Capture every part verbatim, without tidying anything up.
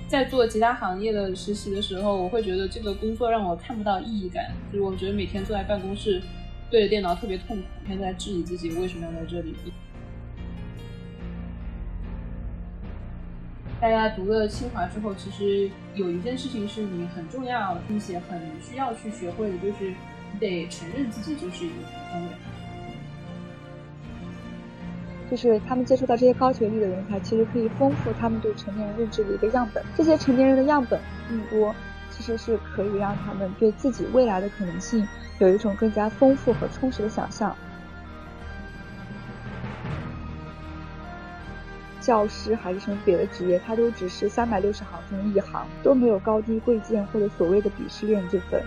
在做其他行业的实习的时候，我会觉得这个工作让我看不到意义感，就是我觉得每天坐在办公室对着电脑特别痛苦，每天都在质疑自己为什么要在这里。大家读了清华之后，其实有一件事情是你很重要并且很需要去学会的，就是你得承认自己就是一个普通人。 就是他们接触到这些高学历的人才，其实可以丰富他们对成年人认知的一个样本。这些成年人的样本更多，其实是可以让他们对自己未来的可能性有一种更加丰富和充实的想象。教师还是什么别的职业，它都只是三百六十行中一行，都没有高低贵贱或者所谓的鄙视链之分。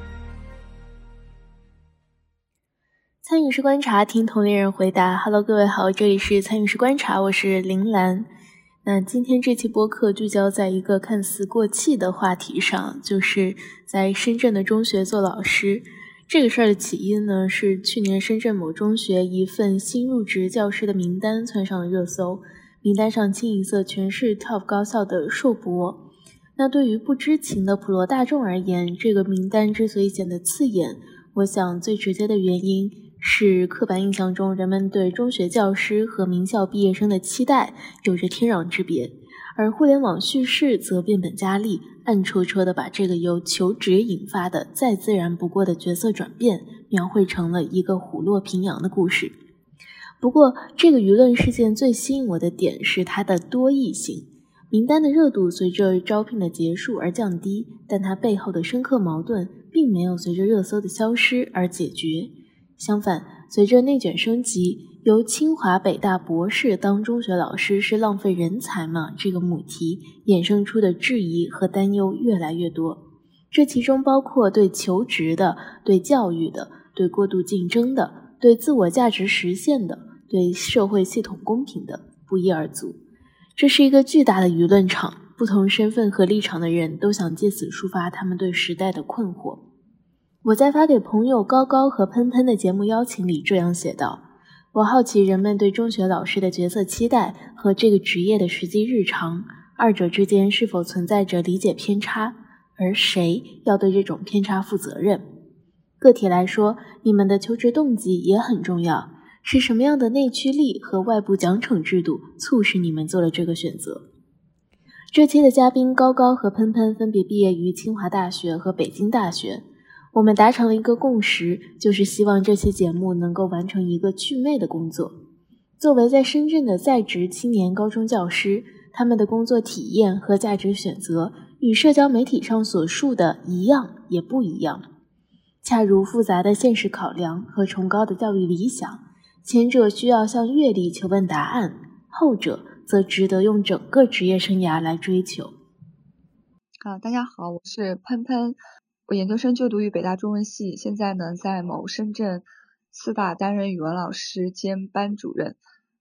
参与式观察，听同龄人回答。Hello， 各位好，这里是参与式观察，我是林兰。那今天这期播客聚焦在一个看似过气的话题上，就是在深圳的中学做老师。这个事儿的起因呢，是去年深圳某中学一份新入职教师的名单窜上了热搜，名单上清一色全是 top 高校的硕博。那对于不知情的普罗大众而言，这个名单之所以显得刺眼，我想最直接的原因是刻板印象中人们对中学教师和名校毕业生的期待有着天壤之别，而互联网叙事则变本加厉，暗戳戳地把这个由求职引发的再自然不过的角色转变描绘成了一个虎落平阳的故事。不过这个舆论事件最吸引我的点是它的多义性。名单的热度随着招聘的结束而降低，但它背后的深刻矛盾并没有随着热搜的消失而解决。相反，随着内卷升级，由清华北大博士当中学老师是浪费人才吗？这个母题衍生出的质疑和担忧越来越多。这其中包括对求职的、对教育的、对过度竞争的、对自我价值实现的、对社会系统公平的，不一而足。这是一个巨大的舆论场，不同身份和立场的人都想借此抒发他们对时代的困惑。我在发给朋友高高和喷喷的节目邀请里这样写道：我好奇人们对中学老师的角色期待和这个职业的实际日常，二者之间是否存在着理解偏差，而谁要对这种偏差负责任？个体来说，你们的求职动机也很重要，是什么样的内驱力和外部奖惩制度促使你们做了这个选择？这期的嘉宾高高和喷喷分别毕业于清华大学和北京大学。我们达成了一个共识，就是希望这期节目能够完成一个祛魅的工作。作为在深圳的在职青年高中教师，他们的工作体验和价值选择与社交媒体上所述的一样也不一样。恰如复杂的现实考量和崇高的教育理想，前者需要向阅历求问答案，后者则值得用整个职业生涯来追求。 啊，大家好，我是喷喷。我研究生就读于北大中文系，现在呢在某深圳四大担任语文老师兼班主任。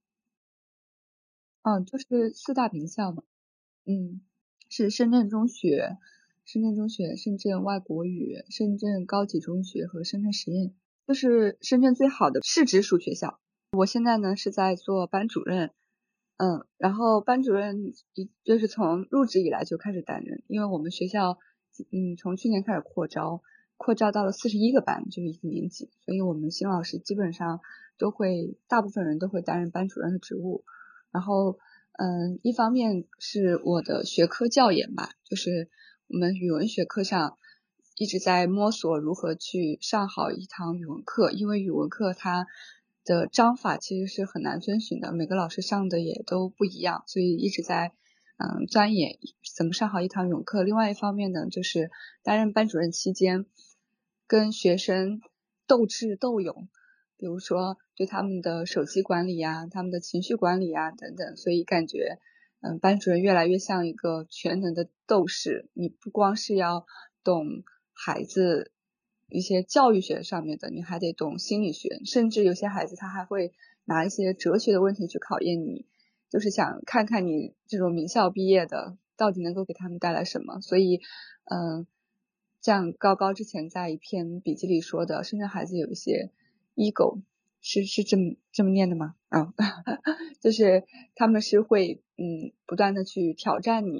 嗯，就是四大名校嘛。嗯，是深圳中学、深圳中学、深圳外国语、深圳高级中学和深圳实验，就是深圳最好的市直属学校。我现在呢是在做班主任。嗯，然后班主任就是从入职以来就开始担任，因为我们学校嗯，从去年开始扩招，扩招到了四十一个班，就是一个年级，所以我们新老师基本上都会，大部分人都会担任班主任的职务。然后，嗯，一方面是我的学科教研吧，就是我们语文学科上一直在摸索如何去上好一堂语文课，因为语文课它的章法其实是很难遵循的，每个老师上的也都不一样，所以一直在嗯，钻研怎么上好一堂语文课。另外一方面呢，就是担任班主任期间，跟学生斗智斗勇，比如说对他们的手机管理呀、他们的情绪管理呀等等，所以感觉嗯，班主任越来越像一个全能的斗士。你不光是要懂孩子一些教育学上面的，你还得懂心理学，甚至有些孩子他还会拿一些哲学的问题去考验你。就是想看看你这种名校毕业的到底能够给他们带来什么。所以嗯，像高高之前在一篇笔记里说的，深圳孩子有一些 ego， 是是这么这么念的吗？啊、哦，就是他们是会嗯不断的去挑战你，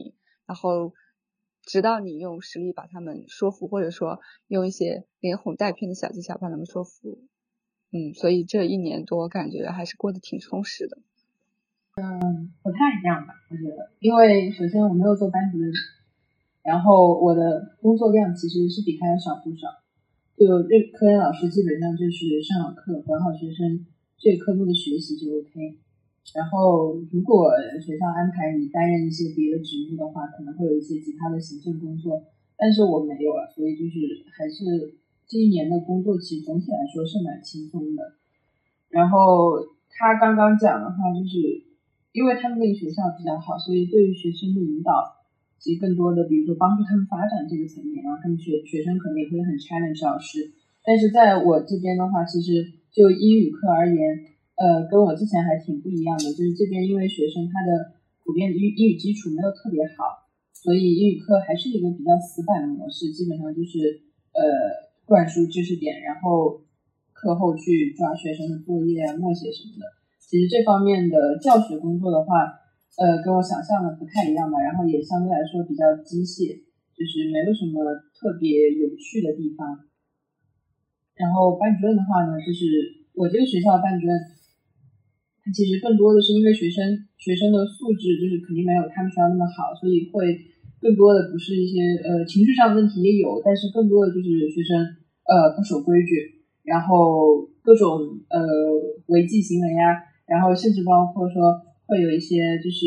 然后直到你用实力把他们说服，或者说用一些连哄带骗的小技巧把他们说服。嗯，所以这一年多我感觉还是过得挺充实的。 嗯，不太一样吧，我觉得，因为首先我没有做班主任，然后我的工作量其实是比他要少不少。就任科任老师基本上就是上好课，管好学生这个科目的学习就 OK。然后如果学校安排你担任一些别的职务的话，可能会有一些其他的行政工作，但是我没有了，所以就是还是这一年的工作其实总体来说是蛮轻松的。然后他刚刚讲的话，就是因为他们那个学校比较好，所以对于学生的引导其实更多的比如说帮助他们发展这个层面，然后他们学学生可能也会很 challenge 老师。但是在我这边的话，其实就英语课而言，呃，跟我之前还挺不一样的，就是这边因为学生他的普遍英英语基础没有特别好，所以英语课还是一个比较死板的模式，基本上就是呃灌输知识点，然后课后去抓学生的作业啊、默写什么的。其实这方面的教学工作的话，呃，跟我想象的不太一样吧，然后也相对来说比较机械，就是没有什么特别有趣的地方。然后班主任的话呢，就是我这个学校的班主任，他其实更多的是因为学生学生的素质就是肯定没有他们学校那么好，所以会更多的不是一些呃情绪上的问题也有，但是更多的就是学生呃不守规矩，然后各种呃违纪行为啊，然后甚至包括说会有一些就是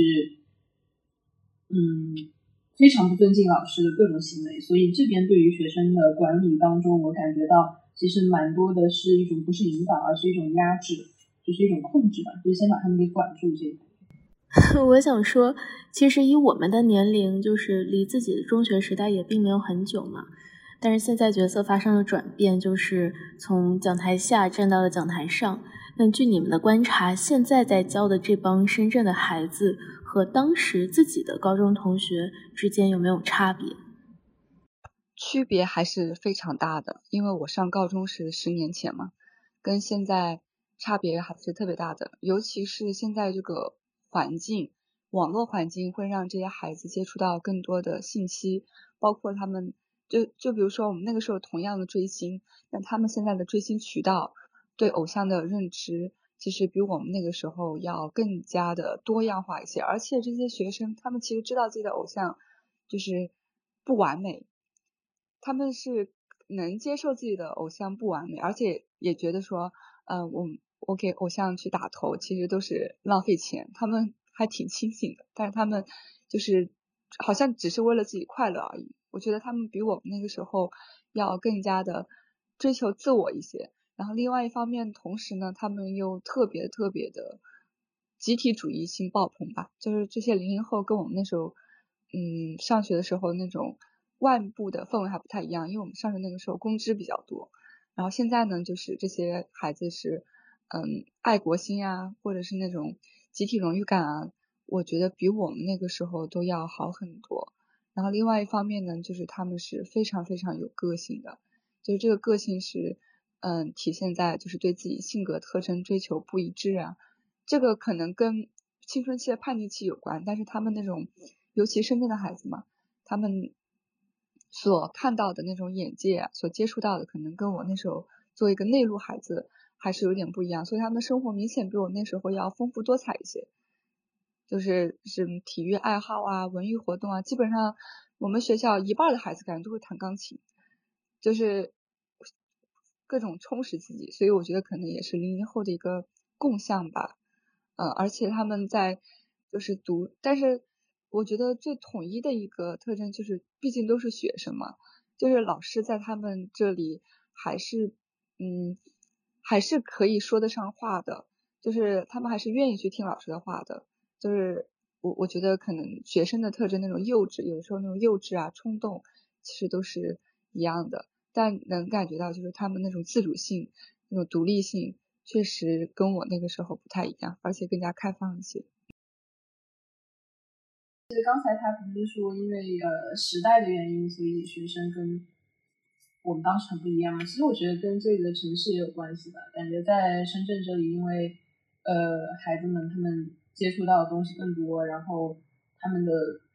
嗯非常不尊敬老师的各种行为，所以这边对于学生的管理当中，我感觉到其实蛮多的是一种不是引导，而是一种压制，就是一种控制吧，就是先把他们给管住这个。 我想说，其实以我们的年龄，就是离自己的中学时代也并没有很久嘛。但是现在角色发生了转变，就是从讲台下站到了讲台上。那据你们的观察，现在在教的这帮深圳的孩子和当时自己的高中同学之间有没有差别？ 区别还是非常大的，因为我上高中是十年前嘛，跟现在差别还是特别大的。尤其是现在这个环境，网络环境会让这些孩子接触到更多的信息，包括他们就就比如说我们那个时候同样的追星，那他们现在的追星渠道对偶像的认知其实比我们那个时候要更加的多样化一些，而且这些学生他们其实知道自己的偶像就是不完美，他们是能接受自己的偶像不完美，而且也觉得说呃我我给偶像去打头其实都是浪费钱，他们还挺清醒的，但是他们就是好像只是为了自己快乐而已。我觉得他们比我们那个时候要更加的追求自我一些，然后另外一方面同时呢他们又特别特别的集体主义性爆棚吧，就是这些零零后跟我们那时候嗯上学的时候那种外部的氛围还不太一样，因为我们上学那个时候公知比较多，然后现在呢就是这些孩子是嗯爱国心啊，或者是那种集体荣誉感啊，我觉得比我们那个时候都要好很多。然后另外一方面呢，就是他们是非常非常有个性的，就是这个个性是嗯体现在就是对自己性格特征追求不一致啊，这个可能跟青春期的叛逆期有关，但是他们那种尤其深圳的孩子嘛，他们所看到的那种眼界啊，所接触到的可能跟我那时候作为一个内陆孩子还是有点不一样，所以他们的生活明显比我那时候要丰富多彩一些，就是是体育爱好啊、文娱活动啊，基本上我们学校一半的孩子感觉都会弹钢琴，就是各种充实自己，所以我觉得可能也是零零后的一个共项吧。呃，而且他们在就是读，但是我觉得最统一的一个特征就是，毕竟都是学生嘛，就是老师在他们这里还是嗯还是可以说得上话的，就是他们还是愿意去听老师的话的。就是我我觉得可能学生的特征那种幼稚，有的时候那种幼稚啊、冲动，其实都是一样的，但能感觉到就是他们那种自主性、那种独立性，确实跟我那个时候不太一样，而且更加开放一些。 其实刚才他不是说因为呃时代的原因，所以学生跟我们当时很不一样。其实我觉得跟这个城市也有关系吧，感觉在深圳这里，因为呃孩子们他们接触到的东西更多，然后他们的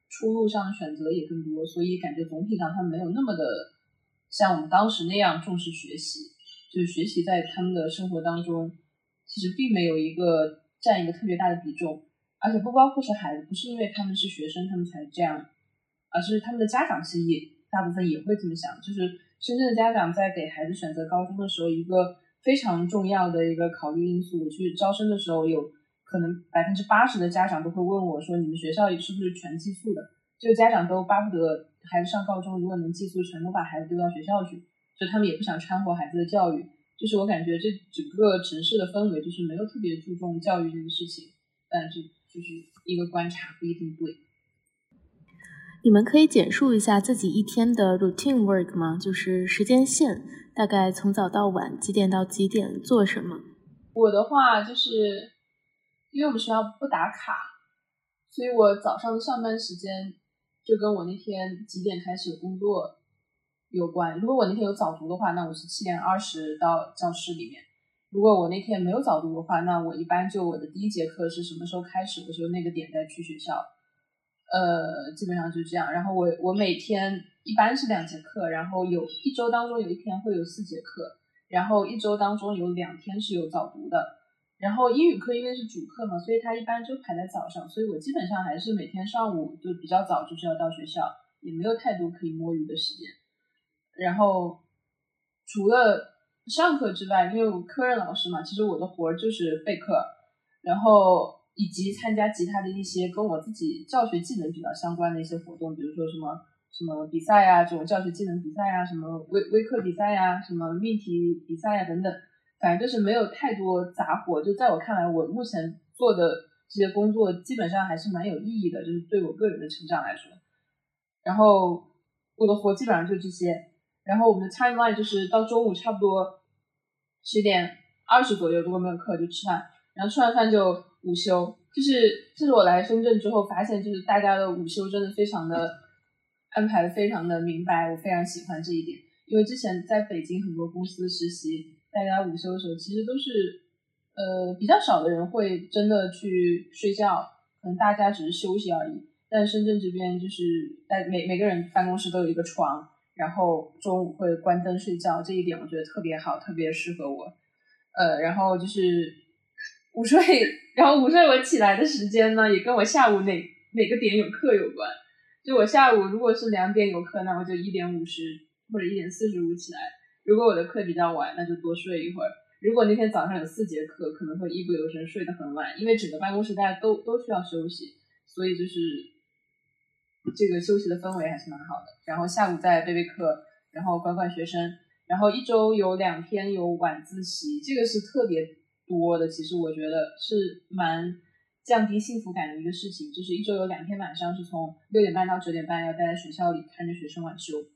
出路上的选择也更多，所以感觉总体上他们没有那么的像我们当时那样重视学习，就是学习在他们的生活当中其实并没有一个占一个特别大的比重，而且不包括是孩子，不是因为他们是学生他们才这样，而是他们的家长是也大部分也会这么想，就是深圳的家长在给孩子选择高中的时候，一个非常重要的一个考虑因素，我去招生的时候有可能百分之八十的家长都会问我说，你们学校是不是全寄宿的？就家长都巴不得孩子上高中，如果能寄宿，全都把孩子丢到学校去，就他们也不想掺和孩子的教育。就是我感觉这整个城市的氛围就是没有特别注重教育这个事情，但这就是一个观察，不一定对。 你们可以简述一下自己一天的 routine work 吗？就是时间线，大概从早到晚几点到几点做什么？ 我的话就是因为我们学校不打卡，所以我早上的上班时间就跟我那天几点开始工作有关。如果我那天有早读的话，那我是七点二十到教室里面。如果我那天没有早读的话，那我一般就我的第一节课是什么时候开始，我就那个点再去学校。呃，基本上就这样。然后我我每天一般是两节课，然后有一周当中有一天会有四节课，然后一周当中有两天是有早读的。然后英语课因为是主课嘛，所以它一般就排在早上，所以我基本上还是每天上午就比较早就是要到学校，也没有太多可以摸鱼的时间。然后除了上课之外，因为我科任老师嘛，其实我的活就是备课，然后以及参加其他的一些跟我自己教学技能比较相关的一些活动，比如说什么什么比赛啊，这种教学技能比赛啊，什么微微课比赛啊，什么命题比赛啊等等，反正就是没有太多杂活。就在我看来，我目前做的这些工作基本上还是蛮有意义的，就是对我个人的成长来说。然后我的活基本上就这些。然后我们的 timeline 就是到中午差不多十点二十左右，如果没有课就吃饭，然后吃完饭就午休。就是这是我来深圳之后发现，就是大家的午休真的非常的安排的非常的明白，我非常喜欢这一点。因为之前在北京很多公司实习，大家午休的时候其实都是呃比较少的人会真的去睡觉，可能大家只是休息而已。但深圳这边就是每每个人办公室都有一个床，然后中午会关灯睡觉，这一点我觉得特别好，特别适合我。呃，然后就是午睡，然后午睡我起来的时间呢，也跟我下午哪哪个点有课有关。就我下午如果是两点有课，那我就一点五十或者一点四十五起来。如果我的课比较晚，那就多睡一会儿。如果那天早上有四节课，可能会一不留神睡得很晚，因为整个办公室大家都都需要休息，所以就是这个休息的氛围还是蛮好的。然后下午再备备课，然后管管学生，然后一周有两天有晚自习，这个是特别多的，其实我觉得是蛮降低幸福感的一个事情，就是一周有两天晚上是从六点半到九点半要待在学校里看着学生晚修。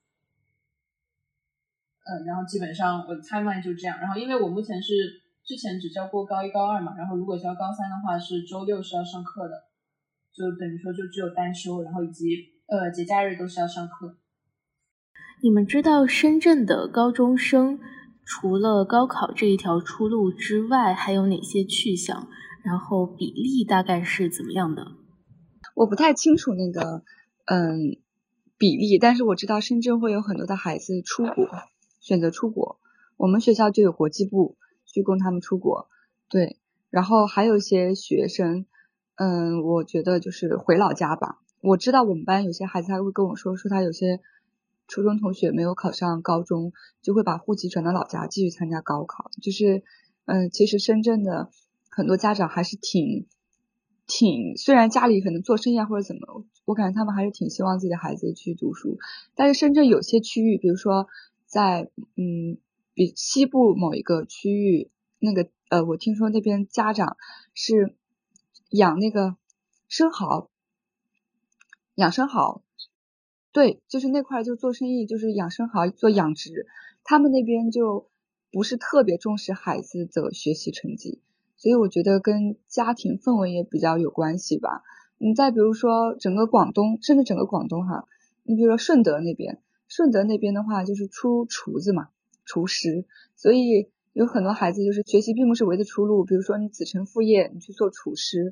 嗯，然后基本上我的 timeline 就这样。然后因为我目前是之前只教过高一高二嘛，然后如果教高三的话是周六是要上课的，就等于说就只有单休，然后以及呃节假日都是要上课。 你们知道深圳的高中生除了高考这一条出路之外还有哪些去向，然后比例大概是怎么样的？ 我不太清楚那个嗯比例，但是我知道深圳会有很多的孩子出国，选择出国，我们学校就有国际部去供他们出国。对，然后还有一些学生嗯我觉得就是回老家吧。我知道我们班有些孩子他会跟我说说他有些初中同学没有考上高中，就会把户籍转到老家继续参加高考。就是嗯其实深圳的很多家长还是挺挺虽然家里可能做生意啊或者怎么，我感觉他们还是挺希望自己的孩子去读书。但是深圳有些区域，比如说在嗯比西部某一个区域，那个呃我听说那边家长是养那个生蚝，养生蚝，对，就是那块就做生意，就是养生蚝做养殖，他们那边就不是特别重视孩子的学习成绩，所以我觉得跟家庭氛围也比较有关系吧。你再比如说整个广东，甚至整个广东哈，你比如说顺德那边，顺德那边的话就是出厨子嘛，厨师，所以有很多孩子就是学习并不是唯一的出路，比如说你子承父业，你去做厨师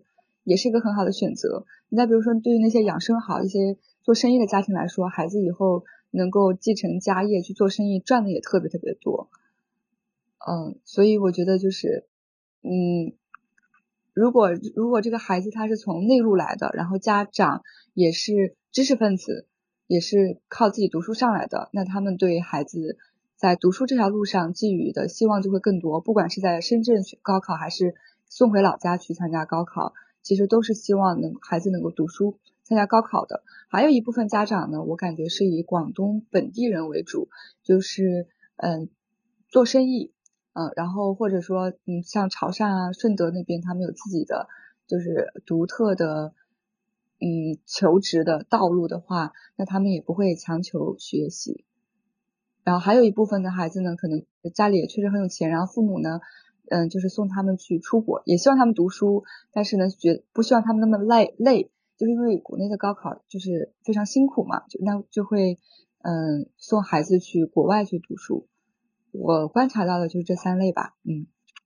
也是一个很好的选择。你再比如说对于那些养生好一些做生意的家庭来说，孩子以后能够继承家业去做生意，赚的也特别特别多。嗯，所以我觉得就是嗯如果如果这个孩子他是从内陆来的，然后家长也是知识分子，也是靠自己读书上来的，那他们对孩子在读书这条路上寄予的希望就会更多，不管是在深圳高考还是送回老家去参加高考，其实都是希望能孩子能够读书参加高考的。还有一部分家长呢，我感觉是以广东本地人为主，就是嗯做生意嗯，然后或者说嗯像潮汕啊顺德那边他们有自己的就是独特的嗯求职的道路的话，那他们也不会强求学习。然后还有一部分的孩子呢，可能家里也确实很有钱，然后父母呢嗯就是送他们去出国，也希望他们读书，但是呢觉不希望他们那么累累，就是因为国内的高考就是非常辛苦嘛，就那就会嗯送孩子去国外去读书。我观察到的就是这三类吧。嗯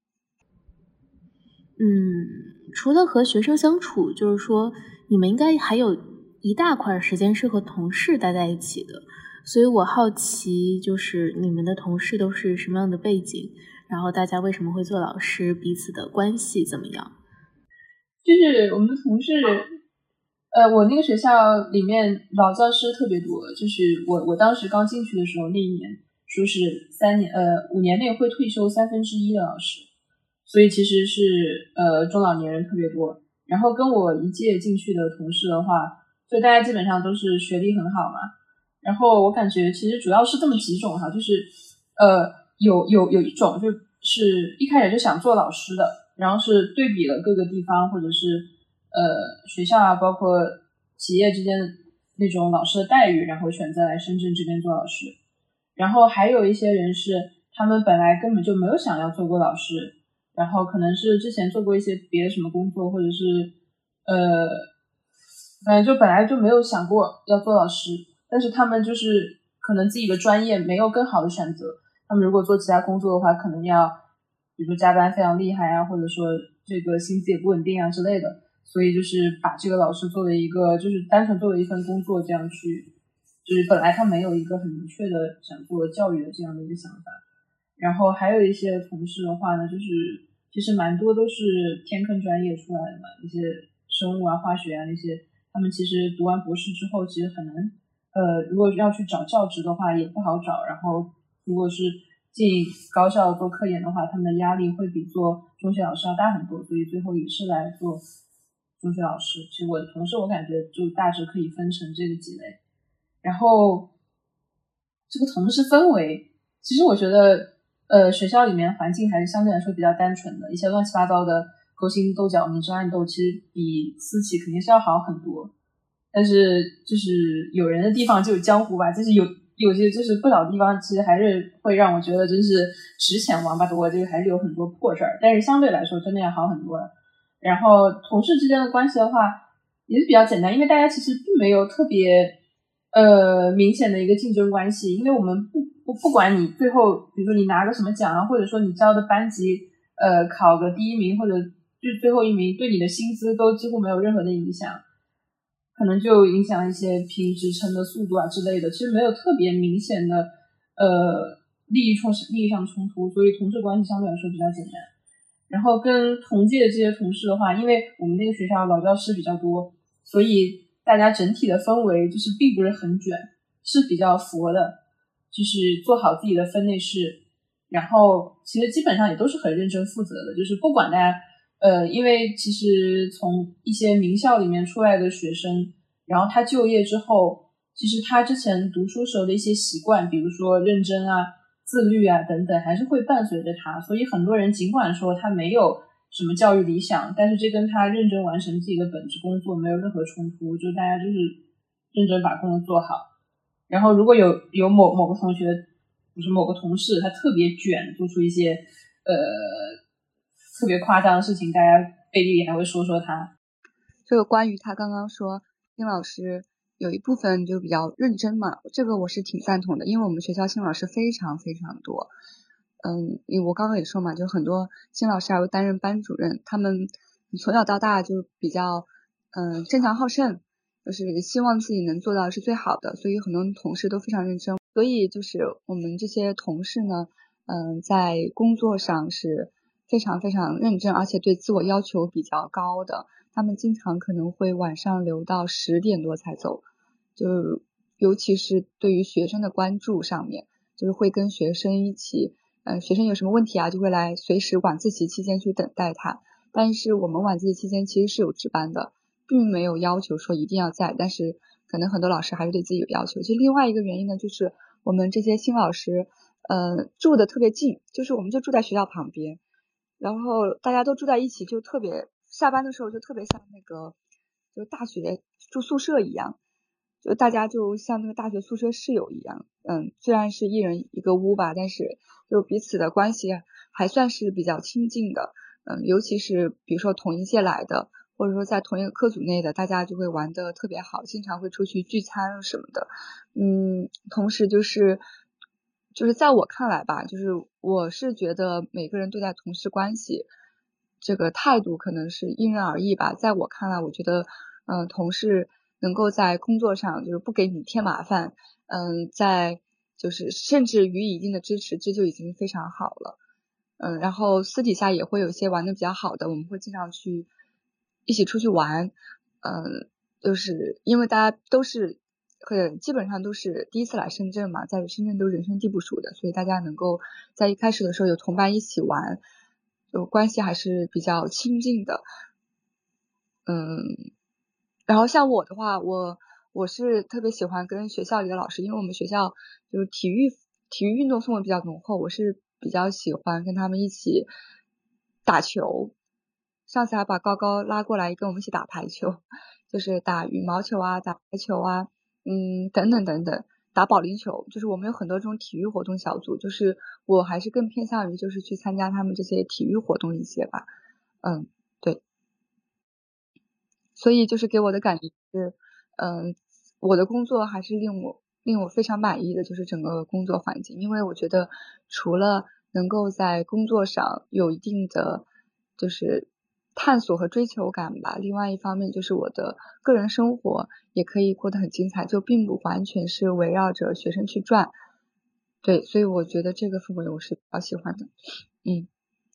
嗯，除了和学生相处，就是说你们应该还有一大块时间是和同事待在一起的，所以我好奇就是你们的同事都是什么样的背景，然后大家为什么会做老师，彼此的关系怎么样？ 就是我们的同事呃，我那个学校里面老教师特别多，就是我我当时刚进去的时候那一年说是三年呃五年内会退休三分之一的老师，所以其实是呃中老年人特别多。然后跟我一届进去的同事的话，就大家基本上都是学历很好嘛。然后我感觉其实主要是这么几种哈，就是呃有有有一种就是一开始就想做老师的，然后是对比了各个地方或者是呃学校啊，包括企业之间的那种老师的待遇，然后选择来深圳这边做老师。然后还有一些人是他们本来根本就没有想要做过老师，然后可能是之前做过一些别的什么工作，或者是呃反正就本来就没有想过要做老师，但是他们就是可能自己的专业没有更好的选择，他们如果做其他工作的话，可能要比如说加班非常厉害啊，或者说这个薪资也不稳定啊之类的，所以就是把这个老师作为一个就是单纯作为一份工作这样去，就是本来他没有一个很明确的想做教育的这样的一个想法。然后还有一些同事的话呢，就是其实蛮多都是天坑专业出来的嘛，一些生物啊化学啊那些，他们其实读完博士之后其实很难呃如果要去找教职的话也不好找，然后如果是进高校做科研的话，他们的压力会比做中学老师要大很多，所以最后也是来做中学老师。其实我的同事我感觉就大致可以分成这个几类。然后这个同事氛围，其实我觉得呃学校里面环境还是相对来说比较单纯的，一些乱七八糟的勾心斗角明争暗斗其实比私企肯定是要好很多。但是就是有人的地方就有江湖吧，就是有有些就是不少地方其实还是会让我觉得真是值钱王八多，这个还是有很多破事儿，但是相对来说真的要好很多了。然后同事之间的关系的话也是比较简单，因为大家其实并没有特别呃明显的一个竞争关系，因为我们不不不管你最后比如说你拿个什么奖啊，或者说你教的班级呃考个第一名或者就最后一名，对你的薪资都几乎没有任何的影响，可能就影响一些评职称的速度啊之类的，其实没有特别明显的呃利益冲利益上冲突，所以同事关系相对来说比较简单。然后跟同届的这些同事的话，因为我们那个学校老教师比较多，所以大家整体的氛围就是并不是很卷，是比较佛的，就是做好自己的分内事，然后其实基本上也都是很认真负责的，就是不管大家呃，因为其实从一些名校里面出来的学生，然后他就业之后，其实他之前读书时候的一些习惯，比如说认真啊、自律啊等等，还是会伴随着他。所以很多人尽管说他没有什么教育理想，但是这跟他认真完成自己的本职工作没有任何冲突，就大家就是认真把工作做好。然后如果有有某某个同学，不是某个同事，他特别卷，做出一些呃特别夸张的事情，大家背地里还会说说他。 这个关于他刚刚说辛老师有一部分就比较认真嘛，这个我是挺赞同的，因为我们学校辛老师非常非常多。嗯，因为我刚刚也说嘛，就很多辛老师还会担任班主任，他们你从小到大就比较嗯、呃、争强好胜，就是希望自己能做到是最好的，所以很多同事都非常认真。所以就是我们这些同事呢，嗯、呃，在工作上是非常非常认真，而且对自我要求比较高的。他们经常可能会晚上留到十点多才走，就尤其是对于学生的关注上面，就是会跟学生一起，呃，学生有什么问题啊，就会来随时晚自习期间去等待他。但是我们晚自习期间其实是有值班的，并没有要求说一定要在，但是可能很多老师还是对自己有要求。其实另外一个原因呢，就是我们这些新老师，呃，住的特别近，就是我们就住在学校旁边，然后大家都住在一起，就特别下班的时候就特别像那个就大学住宿舍一样，就大家就像那个大学宿舍室友一样，嗯，虽然是一人一个屋吧，但是就彼此的关系还算是比较亲近的，嗯，尤其是比如说同一届来的，或者说在同一个课组内的，大家就会玩得特别好，经常会出去聚餐什么的，嗯，同时就是就是在我看来吧，就是我是觉得每个人对待同事关系这个态度可能是因人而异吧。在我看来，我觉得嗯、呃，同事能够在工作上就是不给你添麻烦，嗯、呃，在就是甚至予以一定的支持，这就已经非常好了。嗯，然后私底下也会有一些玩的比较好的，我们会经常去一起出去玩，嗯，就是因为大家都是很基本上都是第一次来深圳嘛，在深圳都人生地不熟的，所以大家能够在一开始的时候有同伴一起玩，就关系还是比较亲近的。嗯，然后像我的话，我我是特别喜欢跟学校里的老师，因为我们学校就是体育体育运动氛围比较浓厚，我是比较喜欢跟他们一起打球。上次还把高高拉过来跟我们一起打排球，就是打羽毛球啊，打排球啊，嗯，等等等等，打保龄球，就是我们有很多这种体育活动小组，就是我还是更偏向于就是去参加他们这些体育活动一些吧，嗯，对。所以就是给我的感觉是，嗯，我的工作还是令我令我非常满意的，就是整个工作环境。因为我觉得除了能够在工作上有一定的就是探索和追求感吧，另外一方面就是我的个人生活也可以过得很精彩，就并不完全是围绕着学生去转。对，所以我觉得这个氛围我是比较喜欢的。嗯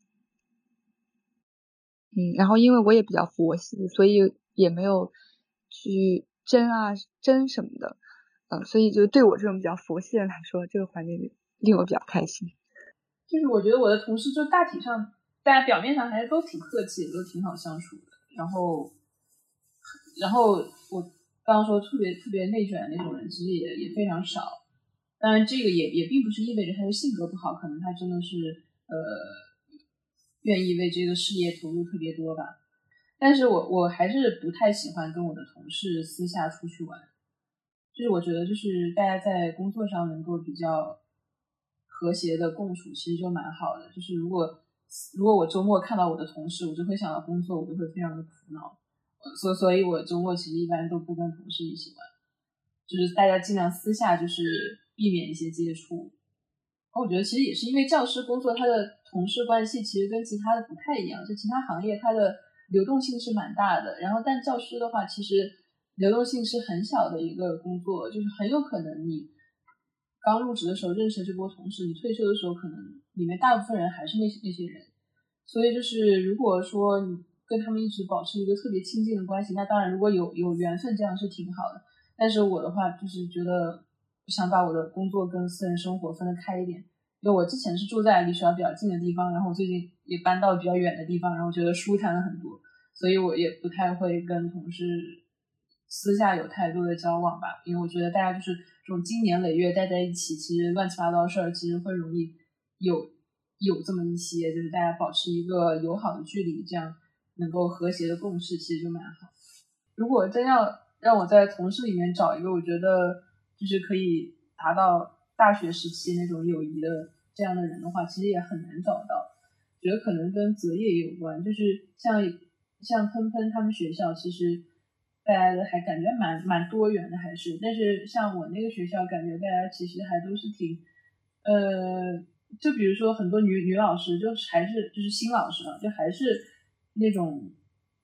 嗯，然后因为我也比较佛系，所以也没有去争啊争什么的，嗯，所以就对我这种比较佛系的人来说，这个环境令我比较开心。 就是我觉得我的同事就大体上，大家表面上还是都挺客气，都挺好相处的。然后，然后我刚刚说特别特别内卷的那种人，其实也也非常少。当然，这个也也并不是意味着他的性格不好，可能他真的是呃愿意为这个事业投入特别多吧。但是我我还是不太喜欢跟我的同事私下出去玩，就是我觉得就是大家在工作上能够比较和谐的共处，其实就蛮好的。就是如果如果我周末看到我的同事，我就会想到工作，我就会非常的苦恼。所所以，我周末其实一般都不跟同事一起玩，就是大家尽量私下就是避免一些接触。我觉得其实也是因为教师工作，他的同事关系其实跟其他的不太一样，就其他行业它的流动性是蛮大的，然后但教师的话，其实流动性是很小的一个工作，就是很有可能你刚入职的时候认识这波同事，你退休的时候可能里面大部分人还是那些那些人，所以就是如果说你跟他们一直保持一个特别亲近的关系，那当然如果有有缘分这样是挺好的，但是我的话就是觉得想把我的工作跟私人生活分得开一点，因为我之前是住在离学校比较近的地方，然后我最近也搬到比较远的地方，然后觉得舒坦了很多，所以我也不太会跟同事私下有太多的交往吧，因为我觉得大家就是这种经年累月待在一起，其实乱七八糟的事儿其实会容易有有这么一些，就是大家保持一个友好的距离，这样能够和谐的共事，其实就蛮好。如果真要让我在同事里面找一个我觉得就是可以达到大学时期那种友谊的这样的人的话，其实也很难找到。觉得可能跟择业有关，就是像像喷喷他们学校，其实大家的还感觉蛮蛮多元的，还是，但是像我那个学校，感觉大家其实还都是挺，呃，就比如说很多女女老师，就还是就是新老师啊，就还是那种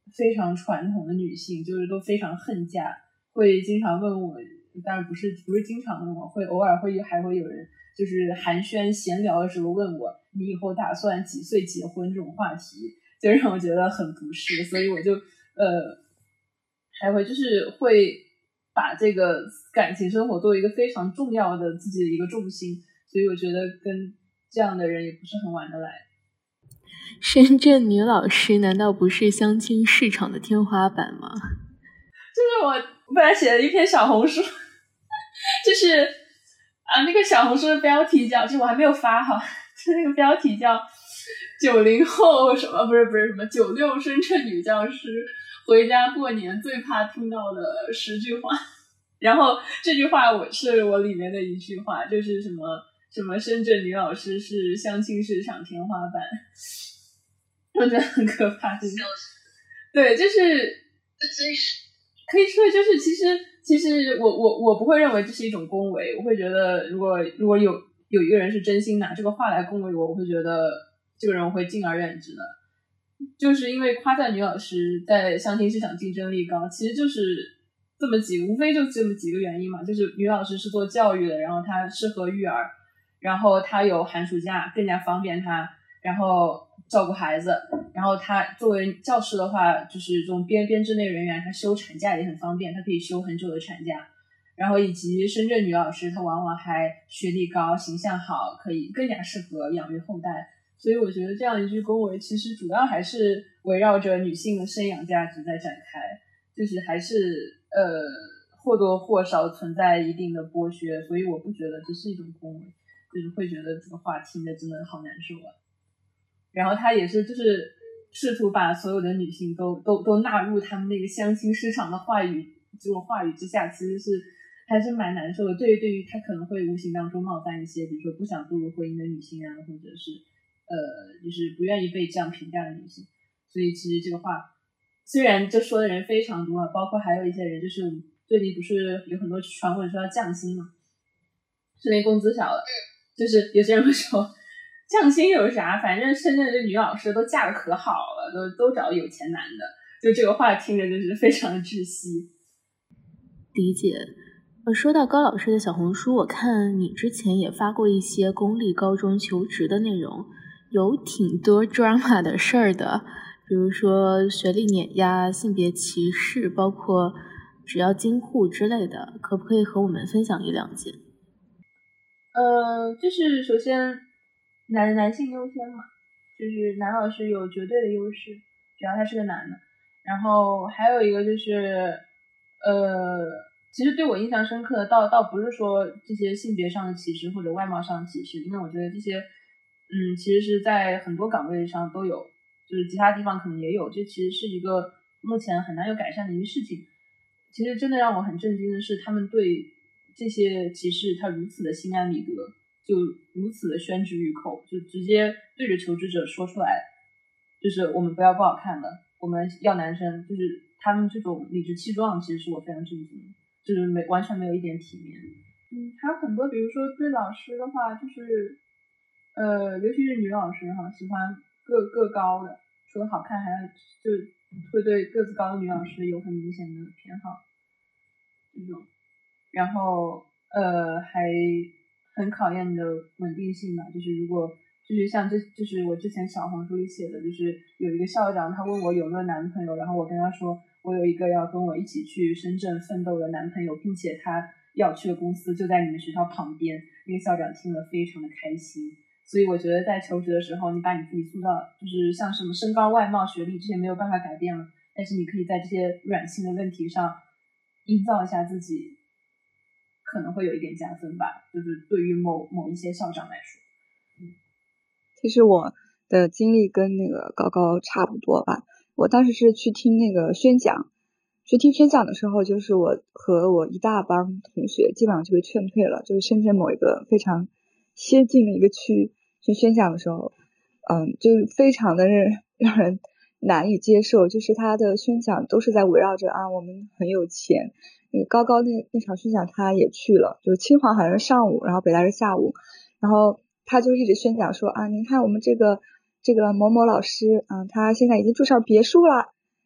非常传统的女性，就是都非常恨嫁，会经常问我，当然不是不是经常问我，会偶尔会还会有人就是寒暄闲聊的时候问我，你以后打算几岁结婚这种话题，就让我觉得很不适，所以我就呃还会就是会把这个感情生活作为一个非常重要的自己的一个重心，所以我觉得跟这样的人也不是很玩得来。 深圳女老师难道不是相亲市场的天花板吗？ 就是我本来写了一篇小红书，就是啊那个小红书的标题叫，就是我还没有发哈，就那个标题叫九零后什么不是不是什么九六深圳女教师回家过年最怕听到的十句话，然后这句话我是我里面的一句话，就是什么什么深圳女老师是相亲市场天花板，我觉得很可怕。就是对，就是可以说就是其实其实我我我不会认为这是一种恭维，我会觉得如果如果有有一个人是真心拿这个话来恭维我，我会觉得这个人我会敬而远之的。就是因为夸赞女老师在相亲市场竞争力高，其实就是这么几个，无非就这么几个原因嘛，就是女老师是做教育的，然后她适合育儿，然后她有寒暑假更加方便她，然后照顾孩子，然后她作为教师的话，就是这种编编制内人员，她休产假也很方便，她可以休很久的产假，然后以及深圳女老师她往往还学历高形象好，可以更加适合养育后代。所以我觉得这样一句恭维其实主要还是围绕着女性的生养价值在展开，就是还是呃或多或少存在一定的剥削，所以我不觉得这是一种恭维，就是会觉得这个话听着真的好难受啊。然后他也是就是试图把所有的女性都都都纳入他们那个相亲市场的话语这种话语之下，其实是还是蛮难受的。对于对于他可能会无形当中冒犯一些比如说不想步入婚姻的女性啊，或者是呃，就是不愿意被这样评价的女性，所以其实这个话虽然就说的人非常多啊，包括还有一些人，就是最近不是有很多传闻说要降薪嘛，是那工资少了，就是有些人会说降薪有啥，反正深圳的女老师都嫁得可好了，都都找有钱男的，就这个话听着就是非常窒息。 理解。呃，说到高老师的小红书，我看你之前也发过一些公立高中求职的内容，有挺多 drama 的事儿的，比如说学历碾压、性别歧视，包括只要京沪之类的，可不可以和我们分享一两件？ 呃，就是首先男男性优先嘛，就是男老师有绝对的优势，只要他是个男的。然后还有一个就是呃其实对我印象深刻的倒倒不是说这些性别上的歧视或者外貌上的歧视，因为我觉得这些嗯其实是在很多岗位上都有，就是其他地方可能也有，这其实是一个目前很难有改善的一个事情。其实真的让我很震惊的是他们对这些歧视他如此的心安理得，就如此的宣之于口，就直接对着求职者说出来，就是我们不要不好看的，我们要男生，就是他们这种理直气壮，其实是我非常震惊的，就是没完全没有一点体面。嗯，还有很多，比如说对老师的话，就是呃，尤其是女老师哈，喜欢个个高的，除了好看，还要就会对个子高的女老师有很明显的偏好，这种。然后呃，还很考验你的稳定性吧，就是如果就是像这就是我之前小红书里写的，就是有一个校长他问我有没有男朋友，然后我跟他说我有一个要跟我一起去深圳奋斗的男朋友，并且他要去的公司就在你们学校旁边，那个校长听了非常的开心。所以我觉得在求职的时候，你把你自己塑造，就是像什么身高、外貌、学历这些没有办法改变了，但是你可以在这些软性的问题上营造一下自己，可能会有一点加分吧，就是对于某某一些校长来说。嗯， 其实我的经历跟那个高高差不多吧，我当时是去听那个宣讲，去听宣讲的时候，就是我和我一大帮同学基本上就被劝退了，就是深圳某一个非常先进的一个区去宣讲的时候，嗯，就是非常的让人难以接受，就是他的宣讲都是在围绕着啊我们很有钱。那个高高那那场宣讲他也去了，就是清华好像是上午，然后北大是下午，然后他就一直宣讲说啊，您看我们这个这个某某老师啊，他现在已经住上别墅了，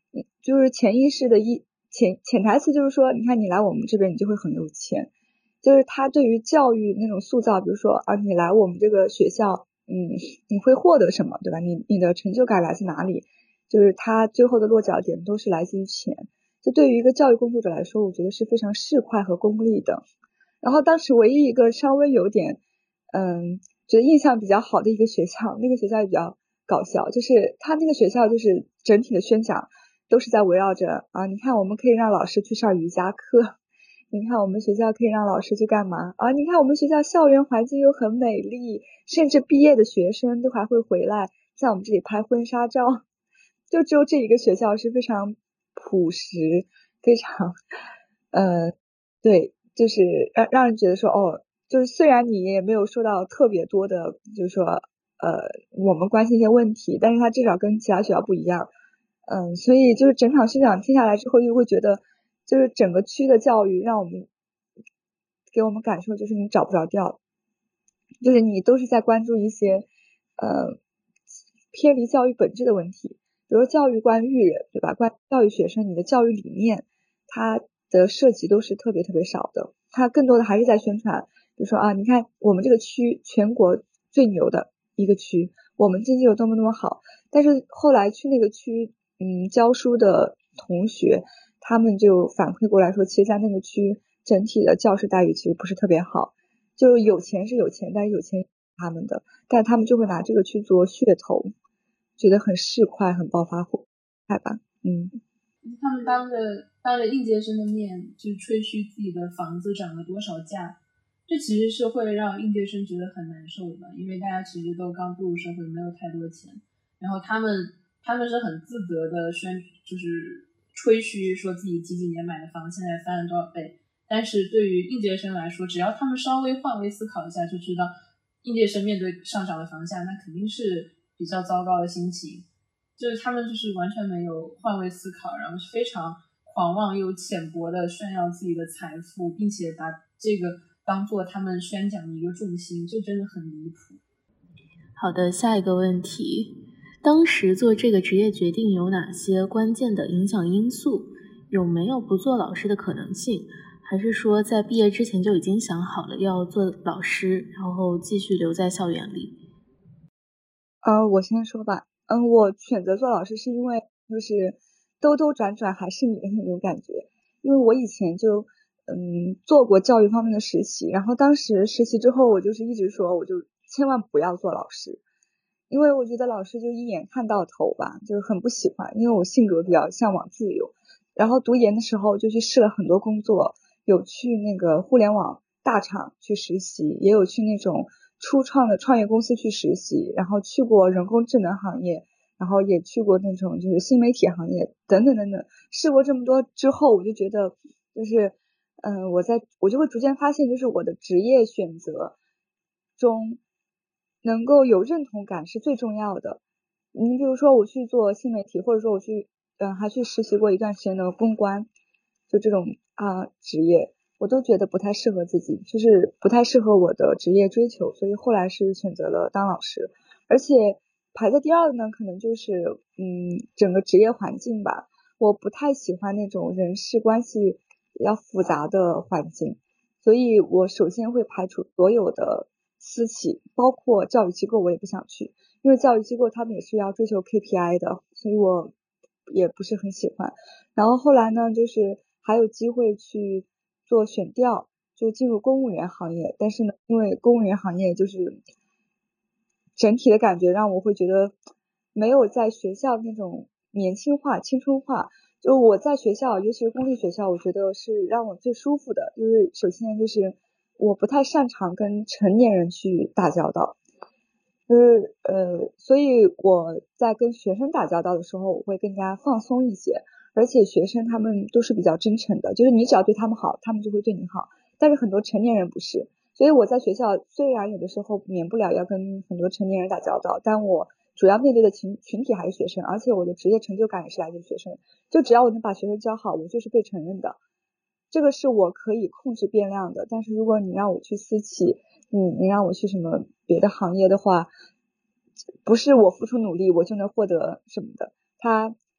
就是潜意识的一潜潜台词就是说，你看你来我们这边你就会很有钱，就是他对于教育那种塑造，比如说啊你来我们这个学校，嗯你会获得什么，对吧？你你的成就感来自哪里？就是他最后的落脚点都是来自于钱。就对于一个教育工作者来说，我觉得是非常市侩和功利的。然后当时唯一一个稍微有点嗯觉得印象比较好的一个学校，那个学校也比较搞笑，就是他那个学校就是整体的宣讲都是在围绕着啊，你看我们可以让老师去上瑜伽课，你看我们学校可以让老师去干嘛啊，你看我们学校校园环境又很美丽，甚至毕业的学生都还会回来在我们这里拍婚纱照。就只有这一个学校是非常朴实，非常呃对，就是让让人觉得说哦，就是虽然你也没有说到特别多的就是说呃我们关心一些问题，但是它至少跟其他学校不一样。嗯，所以就是整场宣讲听下来之后，就会觉得就是整个区的教育让我们给我们感受就是你找不着调，就是你都是在关注一些呃偏离教育本质的问题，比如说教育观育人，对吧？关教育学生，你的教育理念它的涉及都是特别特别少的，它更多的还是在宣传，比如说啊，你看我们这个区全国最牛的一个区，我们经济有多么多么好，但是后来去那个区嗯教书的同学，他们就反馈过来说，其实在那个区整体的教师待遇其实不是特别好，就是有钱是有钱，但是有钱他们的，但他们就会拿这个去做噱头，觉得很市侩，很暴发户，害吧？嗯， 他们当着当着应届生的面去吹嘘自己的房子涨了多少价，这其实是会让应届生觉得很难受的，因为大家其实都刚步入社会，没有太多钱，然后他们他们是很自得的宣，就是吹嘘说自己几几年买的房现在翻了多少倍，但是对于应届生来说，只要他们稍微换位思考一下，就知道应届生面对上涨的房价，那肯定是比较糟糕的心情。就是他们就是完全没有换位思考，然后非常狂妄又浅薄的炫耀自己的财富，并且把这个当做他们宣讲的一个重心，就真的很离谱。 好的，下一个问题，当时做这个职业决定有哪些关键的影响因素？有没有不做老师的可能性？还是说在毕业之前就已经想好了要做老师，然后继续留在校园里？ 呃，我先说吧。嗯，我选择做老师是因为就是兜兜转转还是你的那种感觉，因为我以前就嗯做过教育方面的实习，然后当时实习之后我就是一直说我就千万不要做老师，因为我觉得老师就一眼看到头吧，就是很不喜欢，因为我性格比较向往自由，然后读研的时候就去试了很多工作，有去那个互联网大厂去实习，也有去那种初创的创业公司去实习，然后去过人工智能行业，然后也去过那种就是新媒体行业等等等等，试过这么多之后，我就觉得就是嗯，我在我就会逐渐发现，就是我的职业选择中能够有认同感是最重要的。你比如说我去做新媒体，或者说我去嗯还去实习过一段时间的公关，就这种啊职业我都觉得不太适合自己，就是不太适合我的职业追求，所以后来是选择了当老师。而且排在第二的呢，可能就是嗯整个职业环境吧，我不太喜欢那种人事关系比较复杂的环境，所以我首先会排除所有的私企，包括教育机构我也不想去，因为教育机构他们也是要追求 K P I 的，所以我也不是很喜欢。然后后来呢，就是还有机会去做选调，就进入公务员行业，但是呢，因为公务员行业就是整体的感觉让我会觉得没有在学校那种年轻化、青春化。就我在学校，尤其是公立学校，我觉得是让我最舒服的。就是首先就是我不太擅长跟成年人去打交道，就是呃，所以我在跟学生打交道的时候，我会更加放松一些。而且学生他们都是比较真诚的，就是你只要对他们好，他们就会对你好。但是很多成年人不是，所以我在学校虽然有的时候免不了要跟很多成年人打交道，但我主要面对的群群体还是学生，而且我的职业成就感也是来自于学生。就只要我能把学生教好，我就是被承认的。这个是我可以控制变量的。但是如果你让我去私企，你你让我去什么别的行业的话，不是我付出努力我就能获得什么的。它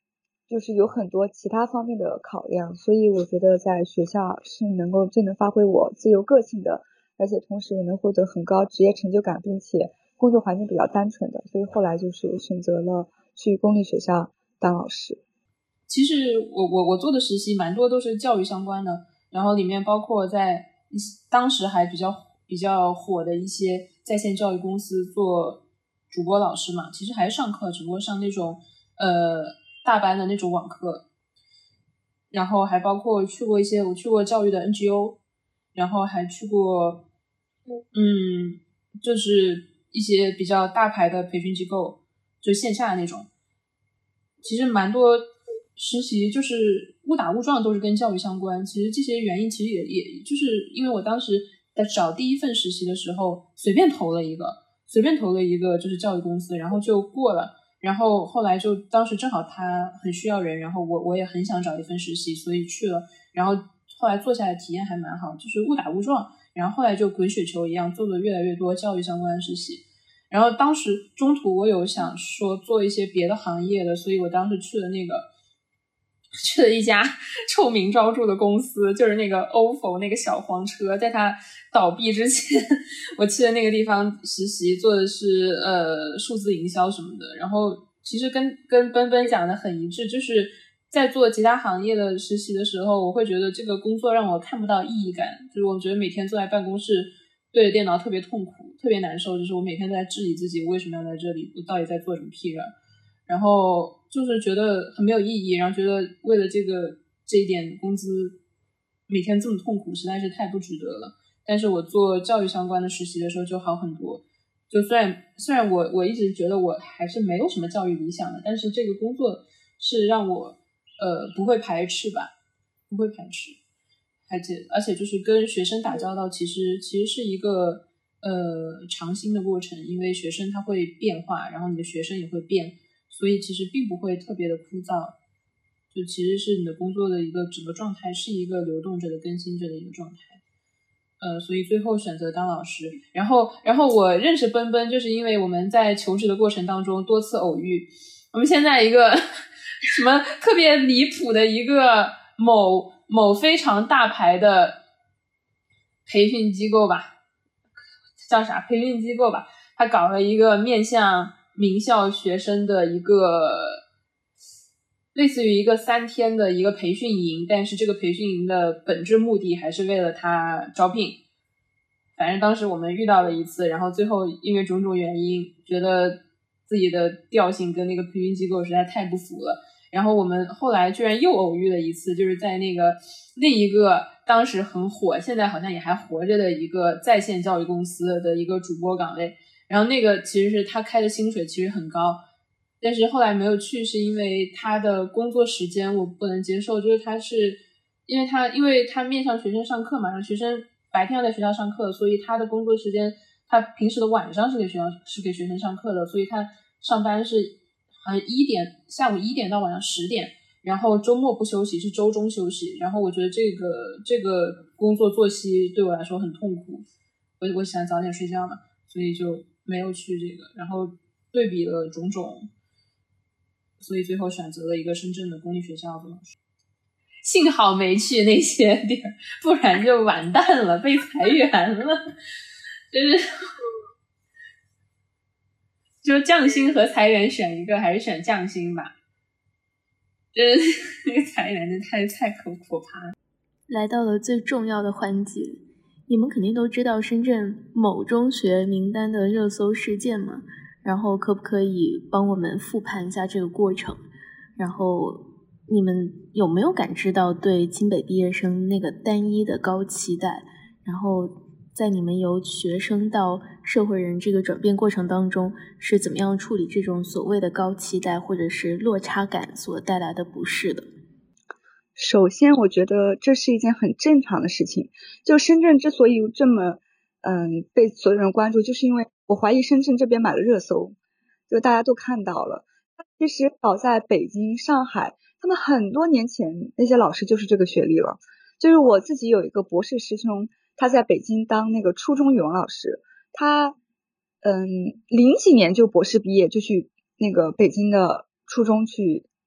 就是有很多其他方面的考量，所以我觉得在学校是能够最能发挥我自由个性的，而且同时也能获得很高职业成就感，并且工作环境比较单纯的，所以后来就是选择了去公立学校当老师。 其实我我我做的实习蛮多都是教育相关的，然后里面包括在当时还比较比较火的一些在线教育公司做主播老师嘛，其实还是上课，只不过上那种呃大班的那种网课，然后还包括去过一些我去过教育的 N G O， 然后还去过嗯就是一些比较大牌的培训机构，就线下的那种，其实蛮多实习就是误打误撞都是跟教育相关。其实这些原因其实也也就是因为我当时在找第一份实习的时候随便投了一个随便投了一个就是教育公司，然后就过了，然后后来就当时正好他很需要人，然后我我也很想找一份实习，所以去了，然后后来做下来体验还蛮好，就是误打误撞，然后后来就滚雪球一样做的越来越多教育相关的实习。然后当时中途我有想说做一些别的行业的，所以我当时去了那个去了一家臭名昭著的公司，就是那个 O F O 那个小黄车，在它倒闭之前我去的那个地方实习，做的是呃数字营销什么的。然后其实跟跟奔奔讲的很一致，就是在做其他行业的实习的时候，我会觉得这个工作让我看不到意义感，就是我觉得每天坐在办公室对着电脑特别痛苦，特别难受，就是我每天都在质疑自己，我为什么要在这里，我到底在做什么屁人，然后就是觉得很没有意义，然后觉得为了这个这一点工资每天这么痛苦实在是太不值得了。但是我做教育相关的实习的时候就好很多，就虽然虽然我我一直觉得我还是没有什么教育理想的，但是这个工作是让我呃不会排斥吧，不会排斥，而且而且就是跟学生打交道，其实其实是一个呃长新的过程，因为学生他会变化，然后你的学生也会变，所以其实并不会特别的枯燥，就其实是你的工作的一个整个状态是一个流动着的更新着的一个状态。呃，所以最后选择当老师。然后然后我认识奔奔就是因为我们在求职的过程当中多次偶遇，我们现在一个什么特别离谱的一个某某非常大牌的培训机构吧，叫啥培训机构吧，他搞了一个面向名校学生的一个类似于一个三天的一个培训营，但是这个培训营的本质目的还是为了他招聘。反正当时我们遇到了一次，然后最后因为种种原因觉得自己的调性跟那个培训机构实在太不符了，然后我们后来居然又偶遇了一次，就是在那个另一个当时很火现在好像也还活着的一个在线教育公司的一个主播岗位，然后那个其实是他开的薪水其实很高，但是后来没有去是因为他的工作时间我不能接受，就是他是因为他因为他面向学生上课嘛，让学生白天要在学校上课，所以他的工作时间他平时的晚上是给学校是给学生上课的，所以他上班是好像一点下午一点到晚上十点，然后周末不休息，是周中休息。然后我觉得这个这个工作作息对我来说很痛苦，我我想早点睡觉嘛，所以就没有去这个。然后对比了种种，所以最后选择了一个深圳的公立学校做老师。幸好没去那些地儿，不然就完蛋了，被裁员了。就是就降薪和裁员选一个，还是选降薪吧。就是那个裁员的太太可可怕了。 来到了最重要的环节，你们肯定都知道深圳某中学名单的热搜事件嘛，然后可不可以帮我们复盘一下这个过程？然后你们有没有感知到对清北毕业生那个单一的高期待？然后在你们由学生到社会人这个转变过程当中，是怎么样处理这种所谓的高期待或者是落差感所带来的不适的？ 首先我觉得这是一件很正常的事情，就深圳之所以这么嗯被所有人关注，就是因为我怀疑深圳这边买了热搜，就大家都看到了。其实早在北京、上海，他们很多年前那些老师就是这个学历了。就是我自己有一个博士师兄，他在北京当那个初中语文老师，他嗯零几年就博士毕业，就去那个北京的初中去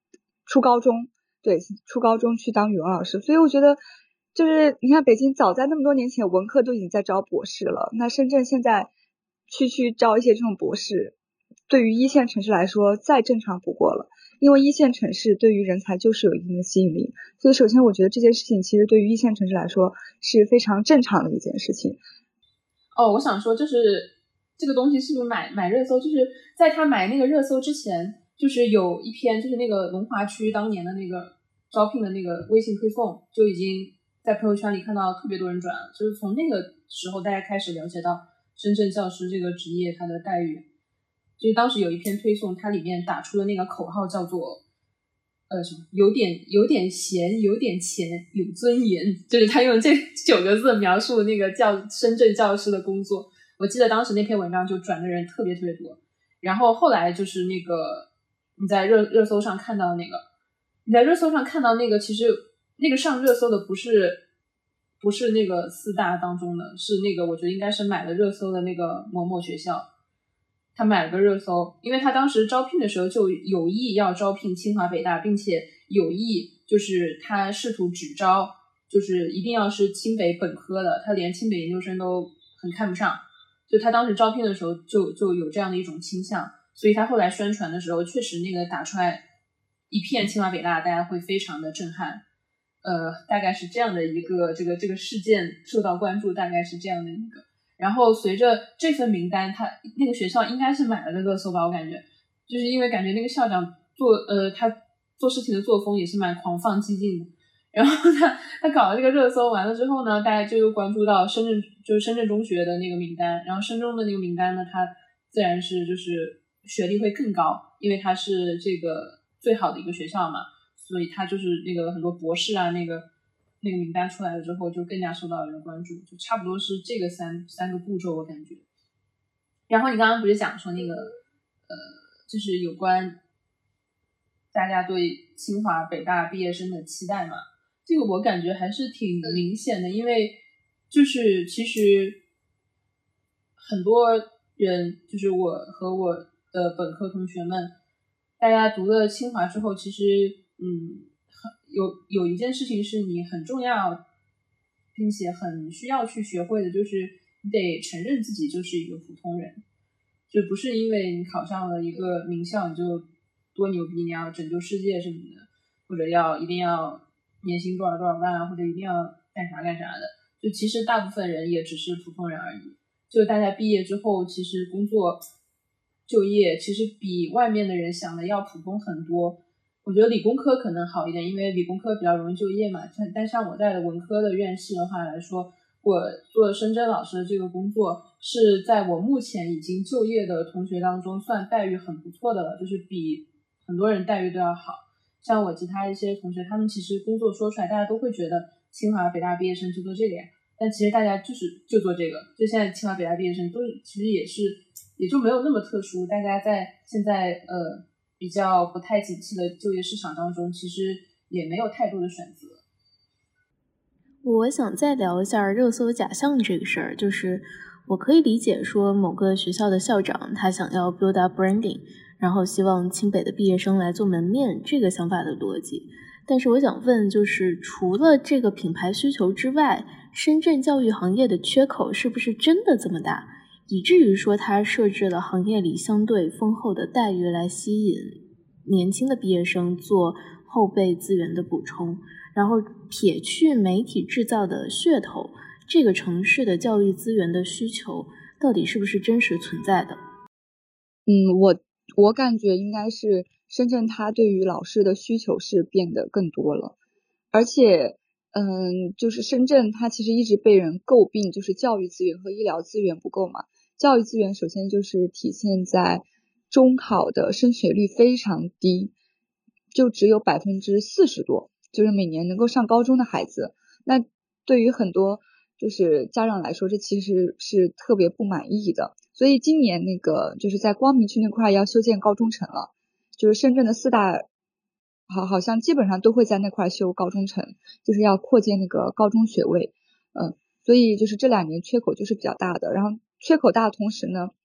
初高中，对，初高中去当语文老师。所以我觉得就是你看北京早在那么多年前文科都已经在招博士了，那深圳现在区区招一些这种博士，对于一线城市来说再正常不过了，因为一线城市对于人才就是有一定的吸引力。所以首先我觉得这件事情其实对于一线城市来说是非常正常的一件事情。 哦，我想说就是这个东西是不是买买热搜，就是在他买那个热搜之前，就是有一篇就是那个龙华区当年的那个招聘的那个微信推送就已经在朋友圈里看到特别多人转了，就是从那个时候大家开始了解到深圳教师这个职业它的待遇。就是当时有一篇推送，它里面打出的那个口号叫做呃什么有点有点闲有点钱有尊严，就是他用这九个字描述那个教深圳教师的工作。我记得当时那篇文章就转的人特别特别多，然后后来就是那个你在热热搜上看到那个你在热搜上看到那个其实那个上热搜的不是不是那个四大当中的，是那个我觉得应该是买了热搜的那个某某学校，他买了个热搜，因为他当时招聘的时候就有意要招聘清华北大，并且有意就是他试图只招就是一定要是清北本科的，他连清北研究生都很看不上，就他当时招聘的时候就就有这样的一种倾向，所以他后来宣传的时候确实那个打出来一片清华北大，大家会非常的震撼。呃，大概是这样的一个这个这个事件受到关注，大概是这样的一个。然后随着这份名单，他那个学校应该是买了个热搜吧，我感觉，就是因为感觉那个校长做呃他做事情的作风也是蛮狂放激进的。然后他他搞了这个热搜完了之后呢，大家就又关注到深圳就是深圳中学的那个名单，然后深中的那个名单呢，它自然是就是学历会更高，因为它是这个最好的一个学校嘛，所以它就是那个很多博士啊那个。那个名单出来了之后就更加受到人的关注，就差不多是这个三三个步骤我感觉。然后你刚刚不是讲说那个呃，就是有关大家对清华北大毕业生的期待嘛，这个我感觉还是挺明显的，因为就是其实很多人就是我和我的本科同学们，大家读了清华之后，其实嗯有有一件事情是你很重要并且很需要去学会的，就是你得承认自己就是一个普通人，就不是因为你考上了一个名校你就多牛逼，你要拯救世界什么的，或者要一定要年薪多少多少万啊，或者一定要干啥干啥的，就其实大部分人也只是普通人而已。就大家毕业之后其实工作就业其实比外面的人想的要普通很多。我觉得理工科可能好一点，因为理工科比较容易就业嘛，但像我在文科的院系的话来说，我做深圳老师的这个工作是在我目前已经就业的同学当中算待遇很不错的了，就是比很多人待遇都要好。像我其他一些同学，他们其实工作说出来大家都会觉得清华北大毕业生就做这个呀，但其实大家就是就做这个，就现在清华北大毕业生都是其实也是也就没有那么特殊，大家在现在呃比较不太景气的就业市场当中，其实也没有太多的选择。 我想再聊一下热搜假象这个事儿，就是我可以理解说某个学校的校长他想要 build up branding， 然后希望清北的毕业生来做门面，这个想法的逻辑。但是我想问，就是除了这个品牌需求之外，深圳教育行业的缺口是不是真的这么大，以至于说它设置了行业里相对丰厚的待遇来吸引年轻的毕业生做后备资源的补充，然后撇去媒体制造的噱头，这个城市的教育资源的需求到底是不是真实存在的？ 嗯，我我感觉应该是深圳它对于老师的需求是变得更多了，而且嗯，就是深圳它其实一直被人诟病就是教育资源和医疗资源不够嘛。教育资源首先就是体现在中考的升学率非常低，就只有百分之四十多，就是每年能够上高中的孩子。那对于很多就是家长来说，这其实是特别不满意的。所以今年那个就是在光明区那块要修建高中城了，就是深圳的四大好好像基本上都会在那块修高中城，就是要扩建那个高中学位。嗯，所以就是这两年缺口就是比较大的。然后缺口大的同时呢，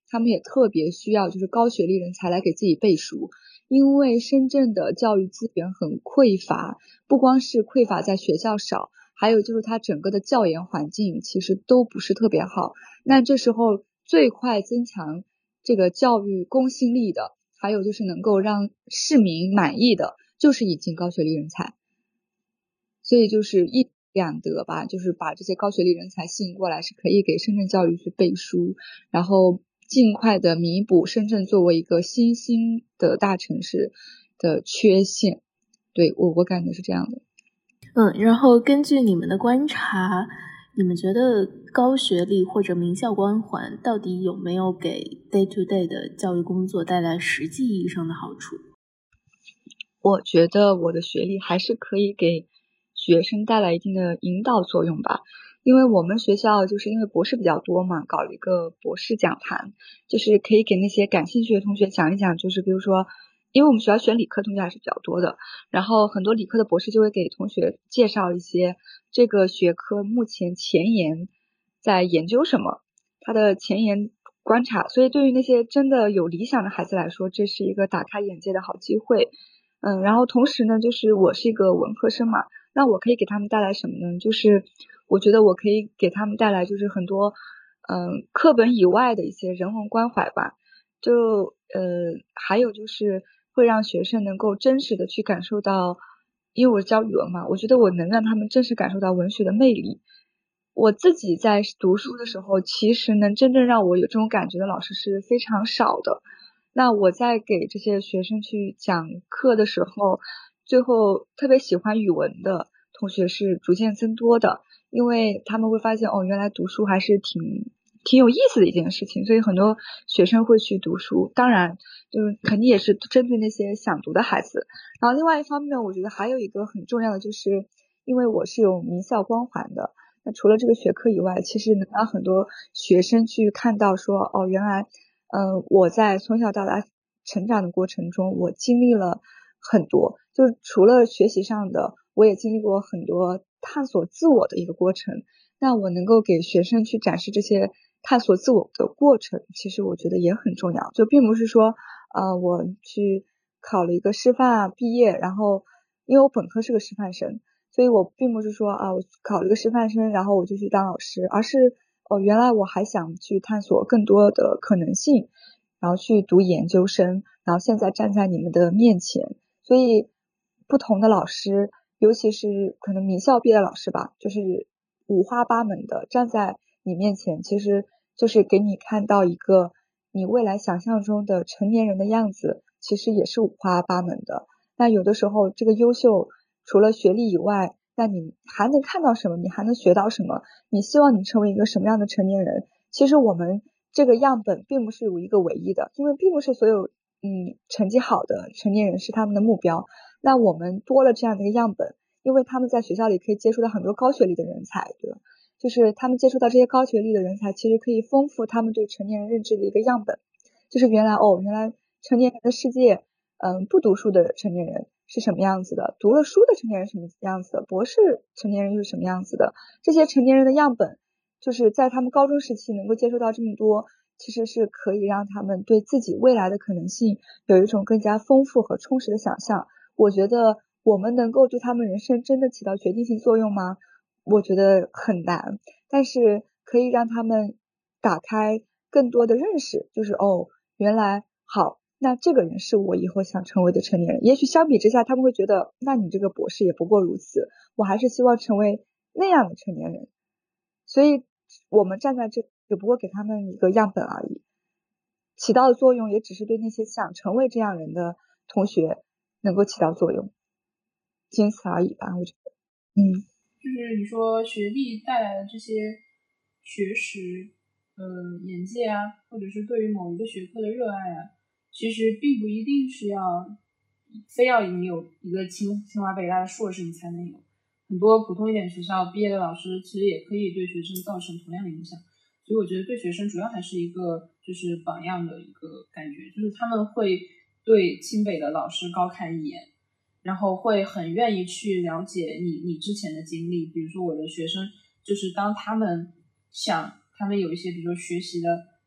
他们也特别需要就是高学历人才来给自己背书，因为深圳的教育资源很匮乏，不光是匮乏在学校少，还有就是它整个的教研环境其实都不是特别好。那这时候最快增强这个教育公信力的，还有就是能够让市民满意的，就是引进高学历人才。所以就是一两得吧，就是把这些高学历人才吸引过来，是可以给深圳教育去背书，然后尽快的弥补深圳作为一个新兴的大城市的缺陷。对，我我感觉是这样的。 嗯，然后根据你们的观察，你们觉得高学历或者名校光环到底有没有给 day to day 的教育工作带来实际意义上的好处？ 我觉得我的学历还是可以给学生带来一定的引导作用吧，因为我们学校就是因为博士比较多嘛，搞了一个博士讲坛，就是可以给那些感兴趣的同学讲一讲，就是比如说因为我们学校选理科同学还是比较多的，然后很多理科的博士就会给同学介绍一些这个学科目前前沿在研究什么，它的前沿观察，所以对于那些真的有理想的孩子来说，这是一个打开眼界的好机会。嗯，然后同时呢，就是我是一个文科生嘛，那我可以给他们带来什么呢？就是我觉得我可以给他们带来就是很多嗯课本以外的一些人文关怀吧，就呃还有就是会让学生能够真实的去感受到，因为我教语文嘛，我觉得我能让他们真实感受到文学的魅力。我自己在读书的时候，其实能真正让我有这种感觉的老师是非常少的。那我在给这些学生去讲课的时候，最后特别喜欢语文的同学是逐渐增多的，因为他们会发现哦，原来读书还是挺挺有意思的一件事情，所以很多学生会去读书，当然就是肯定也是针对那些想读的孩子。然后另外一方面，我觉得还有一个很重要的，就是因为我是有名校光环的，那除了这个学科以外，其实能让很多学生去看到说哦，原来嗯，我在从小到大成长的过程中，我经历了很多，就是除了学习上的，我也经历过很多探索自我的一个过程。那我能够给学生去展示这些探索自我的过程，其实我觉得也很重要。就并不是说，呃，我去考了一个师范啊，毕业，然后因为我本科是个师范生，所以我并不是说啊，我考了一个师范生，然后我就去当老师，而是哦，原来我还想去探索更多的可能性，然后去读研究生，然后现在站在你们的面前，所以不同的老师，尤其是可能名校毕业的老师吧，就是五花八门的站在你面前，其实就是给你看到一个你未来想象中的成年人的样子，其实也是五花八门的。那有的时候这个优秀除了学历以外，那你还能看到什么？你还能学到什么？你希望你成为一个什么样的成年人？其实我们这个样本并不是有一个唯一的，因为并不是所有嗯成绩好的成年人是他们的目标。那我们多了这样的一个样本，因为他们在学校里可以接触到很多高学历的人才，对吧？就是他们接触到这些高学历的人才，其实可以丰富他们对成年人认知的一个样本。就是原来哦，原来成年人的世界，嗯，不读书的成年人是什么样子的，读了书的成年人什么样子的，博士成年人又是什么样子的，这些成年人的样本，就是在他们高中时期能够接触到这么多，其实是可以让他们对自己未来的可能性有一种更加丰富和充实的想象。我觉得我们能够对他们人生真的起到决定性作用吗？我觉得很难，但是可以让他们打开更多的认识，就是哦，原来好，那这个人是我以后想成为的成年人。也许相比之下，他们会觉得，那你这个博士也不过如此，我还是希望成为那样的成年人。所以我们站在这只不过给他们一个样本而已，起到的作用也只是对那些想成为这样人的同学能够起到作用，仅此而已吧，我觉得。嗯， 就是你说学历带来的这些学识、呃眼界啊，或者是对于某一个学科的热爱啊，其实并不一定是要非要你有一个清清华北大的硕士你才能有。很多普通一点学校毕业的老师其实也可以对学生造成同样的影响，所以我觉得对学生主要还是一个就是榜样的一个感觉，就是他们会对清北的老师高看一眼，然后会很愿意去了解你你之前的经历。比如说我的学生就是当他们想他们有一些比如说学习的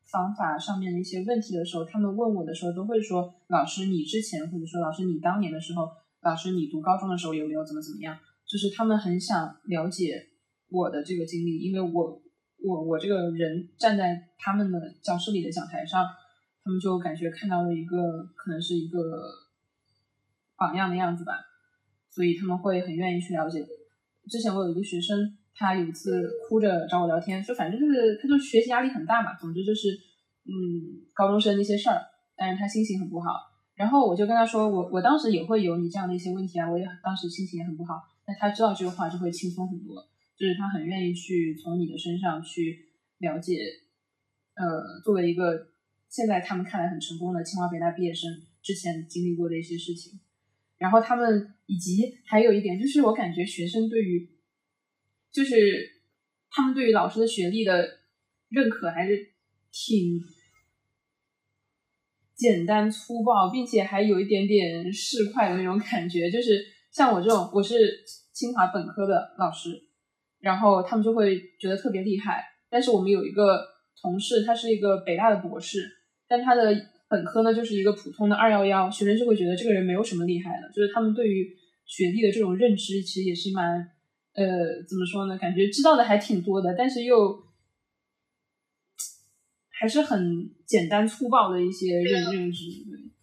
方法上面的一些问题的时候，他们问我的时候都会说，老师你之前，或者说老师你当年的时候，老师你读高中的时候有没有怎么怎么样，就是他们很想了解我的这个经历，因为我我我这个人站在他们的教室里的讲台上，他们就感觉看到了一个可能是一个榜样的样子吧，所以他们会很愿意去了解。之前我有一个学生，他有一次哭着找我聊天，说反正就是他就学习压力很大嘛，总之就是嗯高中生那些事儿，但是他心情很不好。然后我就跟他说，我我当时也会有你这样的一些问题啊，我也当时心情也很不好。那他知道这个话就会轻松很多，就是他很愿意去从你的身上去了解，呃，作为一个现在他们看来很成功的清华北大毕业生之前经历过的一些事情。然后他们以及还有一点就是我感觉学生对于就是他们对于老师的学历的认可还是挺简单粗暴，并且还有一点点市侩的那种感觉。就是像我这种我是清华本科的老师，然后他们就会觉得特别厉害。但是我们有一个同事，他是一个北大的博士，但他的本科呢就是一个普通的二一一，学生就会觉得这个人没有什么厉害的。就是他们对于学历的这种认知其实也是蛮呃怎么说呢，感觉知道的还挺多的，但是又还是很简单粗暴的一些认认知。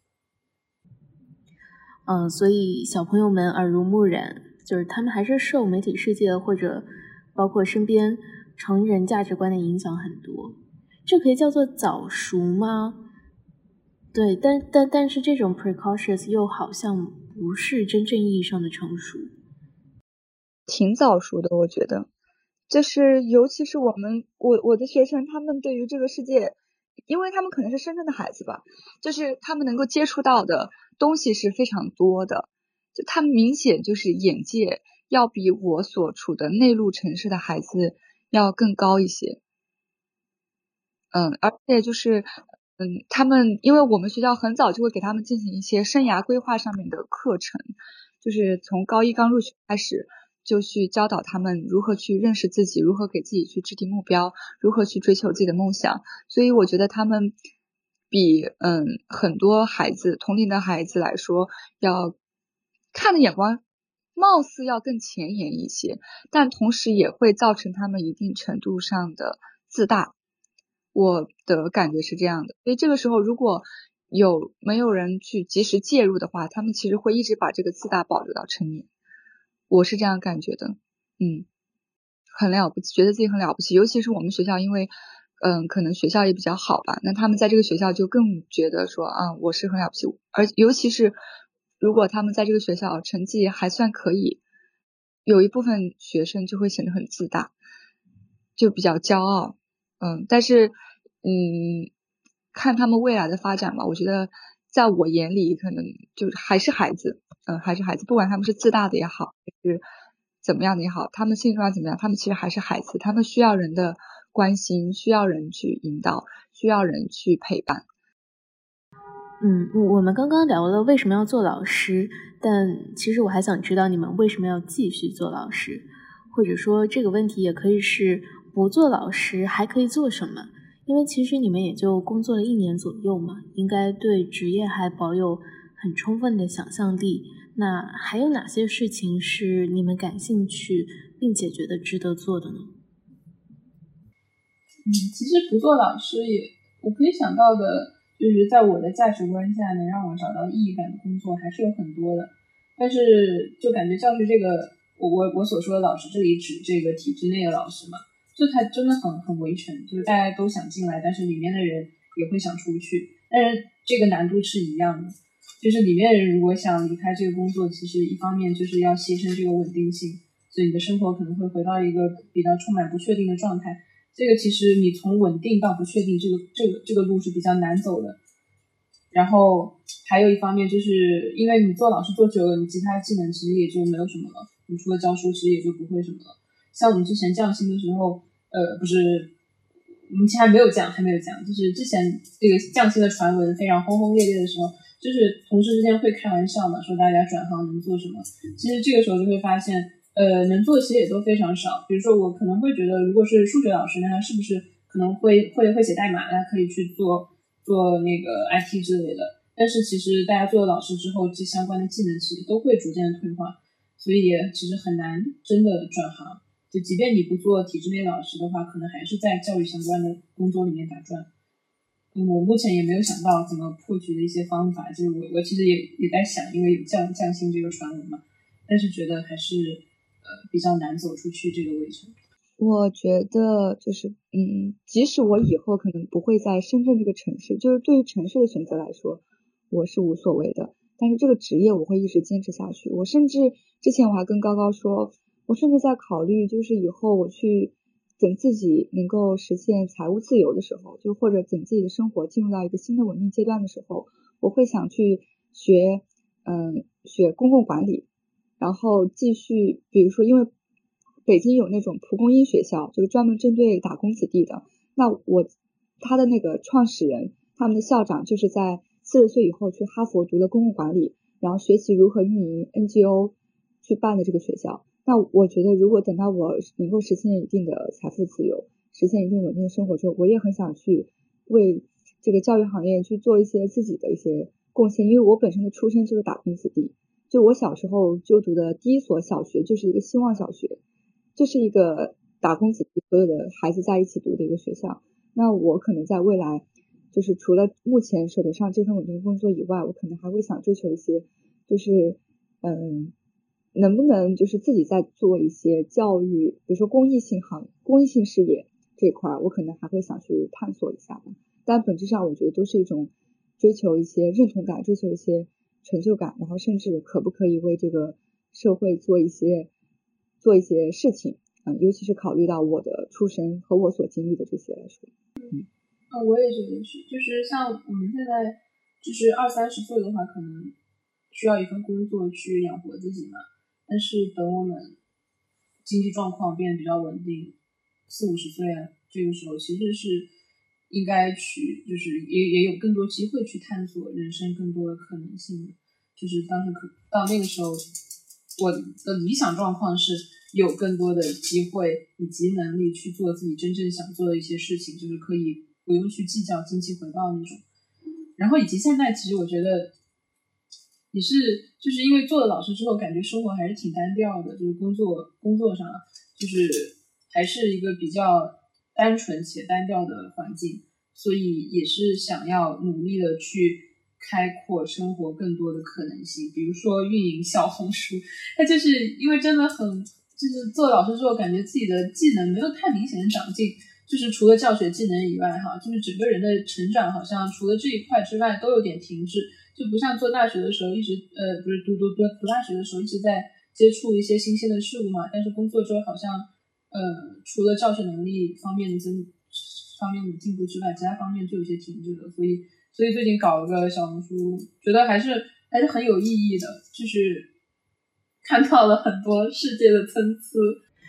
嗯，所以小朋友们耳濡目染，就是他们还是受媒体世界或者包括身边成人价值观的影响很多。这可以叫做早熟吗？对，但但但是这种 precocious 又好像不是真正意义上的成熟。 挺早熟的，我觉得。就是尤其是我们我我的学生，他们对于这个世界，因为他们可能是深圳的孩子吧，就是他们能够接触到的东西是非常多的，就他们明显就是眼界要比我所处的内陆城市的孩子要更高一些。嗯，而且就是嗯，他们因为我们学校很早就会给他们进行一些生涯规划上面的课程，就是从高一刚入学开始就去教导他们如何去认识自己，如何给自己去制定目标，如何去追求自己的梦想。所以我觉得他们比嗯很多孩子同龄的孩子来说，要看的眼光貌似要更前沿一些，但同时也会造成他们一定程度上的自大。我的感觉是这样的，所以这个时候如果有没有人去及时介入的话，他们其实会一直把这个自大保留到成年。我是这样感觉的，嗯，很了不起，觉得自己很了不起。尤其是我们学校，因为嗯，可能学校也比较好吧，那他们在这个学校就更觉得说啊，我是很了不起。而尤其是如果他们在这个学校成绩还算可以，有一部分学生就会显得很自大，就比较骄傲。嗯，但是嗯，看他们未来的发展吧，我觉得在我眼里可能就还是孩子，嗯，还是孩子，不管他们是自大的也好，还是怎么样的也好，他们性格上怎么样，他们其实还是孩子，他们需要人的关心，需要人去引导，需要人去陪伴。 嗯，我们刚刚聊了为什么要做老师，但其实我还想知道你们为什么要继续做老师，或者说这个问题也可以是不做老师还可以做什么？因为其实你们也就工作了一年左右嘛，应该对职业还保有很充分的想象力。那还有哪些事情是你们感兴趣并且觉得值得做的呢？ 嗯，其实不做老师也，我可以想到的就是在我的价值观下能让我找到意义感的工作还是有很多的。但是就感觉教师这个，我我我所说的老师，这里指这个体制内的老师嘛，就他真的很很围城，就是大家都想进来，但是里面的人也会想出去，但是这个难度是一样的。就是里面的人如果想离开这个工作，其实一方面就是要牺牲这个稳定性，所以你的生活可能会回到一个比较充满不确定的状态。这个其实你从稳定到不确定，这个这个这个路是比较难走的。然后还有一方面就是因为你做老师做久了，你其他技能其实也就没有什么了，你除了教书其实也就不会什么了。像我们之前降薪的时候，呃，不是我们其实还没有降，还没有降，就是之前这个降薪的传闻非常轰轰烈烈的时候，就是同事之间会开玩笑嘛，说大家转行能做什么。其实这个时候就会发现，呃，能做的其实也都非常少。比如说我可能会觉得，如果是数学老师，那他是不是可可能会会会写代码，大家可以去做做那个 I T 之类的。但是其实大家做了老师之后，这相关的技能其实都会逐渐的退化，所以也其实很难真的转行。就即便你不做体制内老师的话，可能还是在教育相关的工作里面打转。嗯，我目前也没有想到怎么破局的一些方法，就是我我其实也也在想，因为有降降薪这个传闻嘛，但是觉得还是呃比较难走出去这个围城。 我觉得就是嗯，即使我以后可能不会在深圳这个城市，就是对于城市的选择来说我是无所谓的，但是这个职业我会一直坚持下去。我甚至之前我还跟高高说，我甚至在考虑就是以后我去等自己能够实现财务自由的时候，就或者等自己的生活进入到一个新的稳定阶段的时候，我会想去学嗯学公共管理，然后继续比如说因为北京有那种蒲公英学校，就是专门针对打工子弟的，那我他的那个创始人他们的校长就是在四十岁以后去哈佛读了公共管理，然后学习如何运营 N G O 去办的这个学校。那我觉得如果等到我能够实现一定的财富自由，实现一定稳定的生活之后，我也很想去为这个教育行业去做一些自己的一些贡献，因为我本身的出身就是打工子弟，就我小时候就读的第一所小学就是一个希望小学，就是一个打工子弟所有的孩子在一起读的一个学校。那我可能在未来就是除了目前手头上这份稳定工作以外，我可能还会想追求一些就是嗯能不能就是自己在做一些教育，比如说公益性行公益性事业这一块，我可能还会想去探索一下。但本质上我觉得都是一种追求一些认同感，追求一些成就感，然后甚至可不可以为这个社会做一些做一些事情，嗯，尤其是考虑到我的出身和我所经历的这些来说。 嗯，呃，我也觉得是，就是像我们现在就是二三十岁的话，可能需要一份工作去养活自己嘛。但是等我们经济状况变得比较稳定，四五十岁啊，这个时候其实是应该去，就是也也有更多机会去探索人生更多的可能性。就是当时可到那个时候，我的理想状况是有更多的机会以及能力去做自己真正想做的一些事情，就是可以不用去计较经济回报那种。然后以及现在其实我觉得也是就是因为做了老师之后，感觉生活还是挺单调的，就是工作工作上就是还是一个比较单纯且单调的环境，所以也是想要努力的去开阔生活更多的可能性。比如说运营小红书，它就是因为真的很就是做老师之后，感觉自己的技能没有太明显的长进，就是除了教学技能以外哈，就是整个人的成长好像除了这一块之外都有点停滞，就不像做大学的时候一直呃不是读读读读大学的时候一直在接触一些新鲜的事物嘛，但是工作之后好像呃除了教学能力方面的增方面的进步之外，其他方面就有些停滞了，所以所以最近搞了个小红书，觉得还是还是很有意义的，就是看到了很多世界的参差。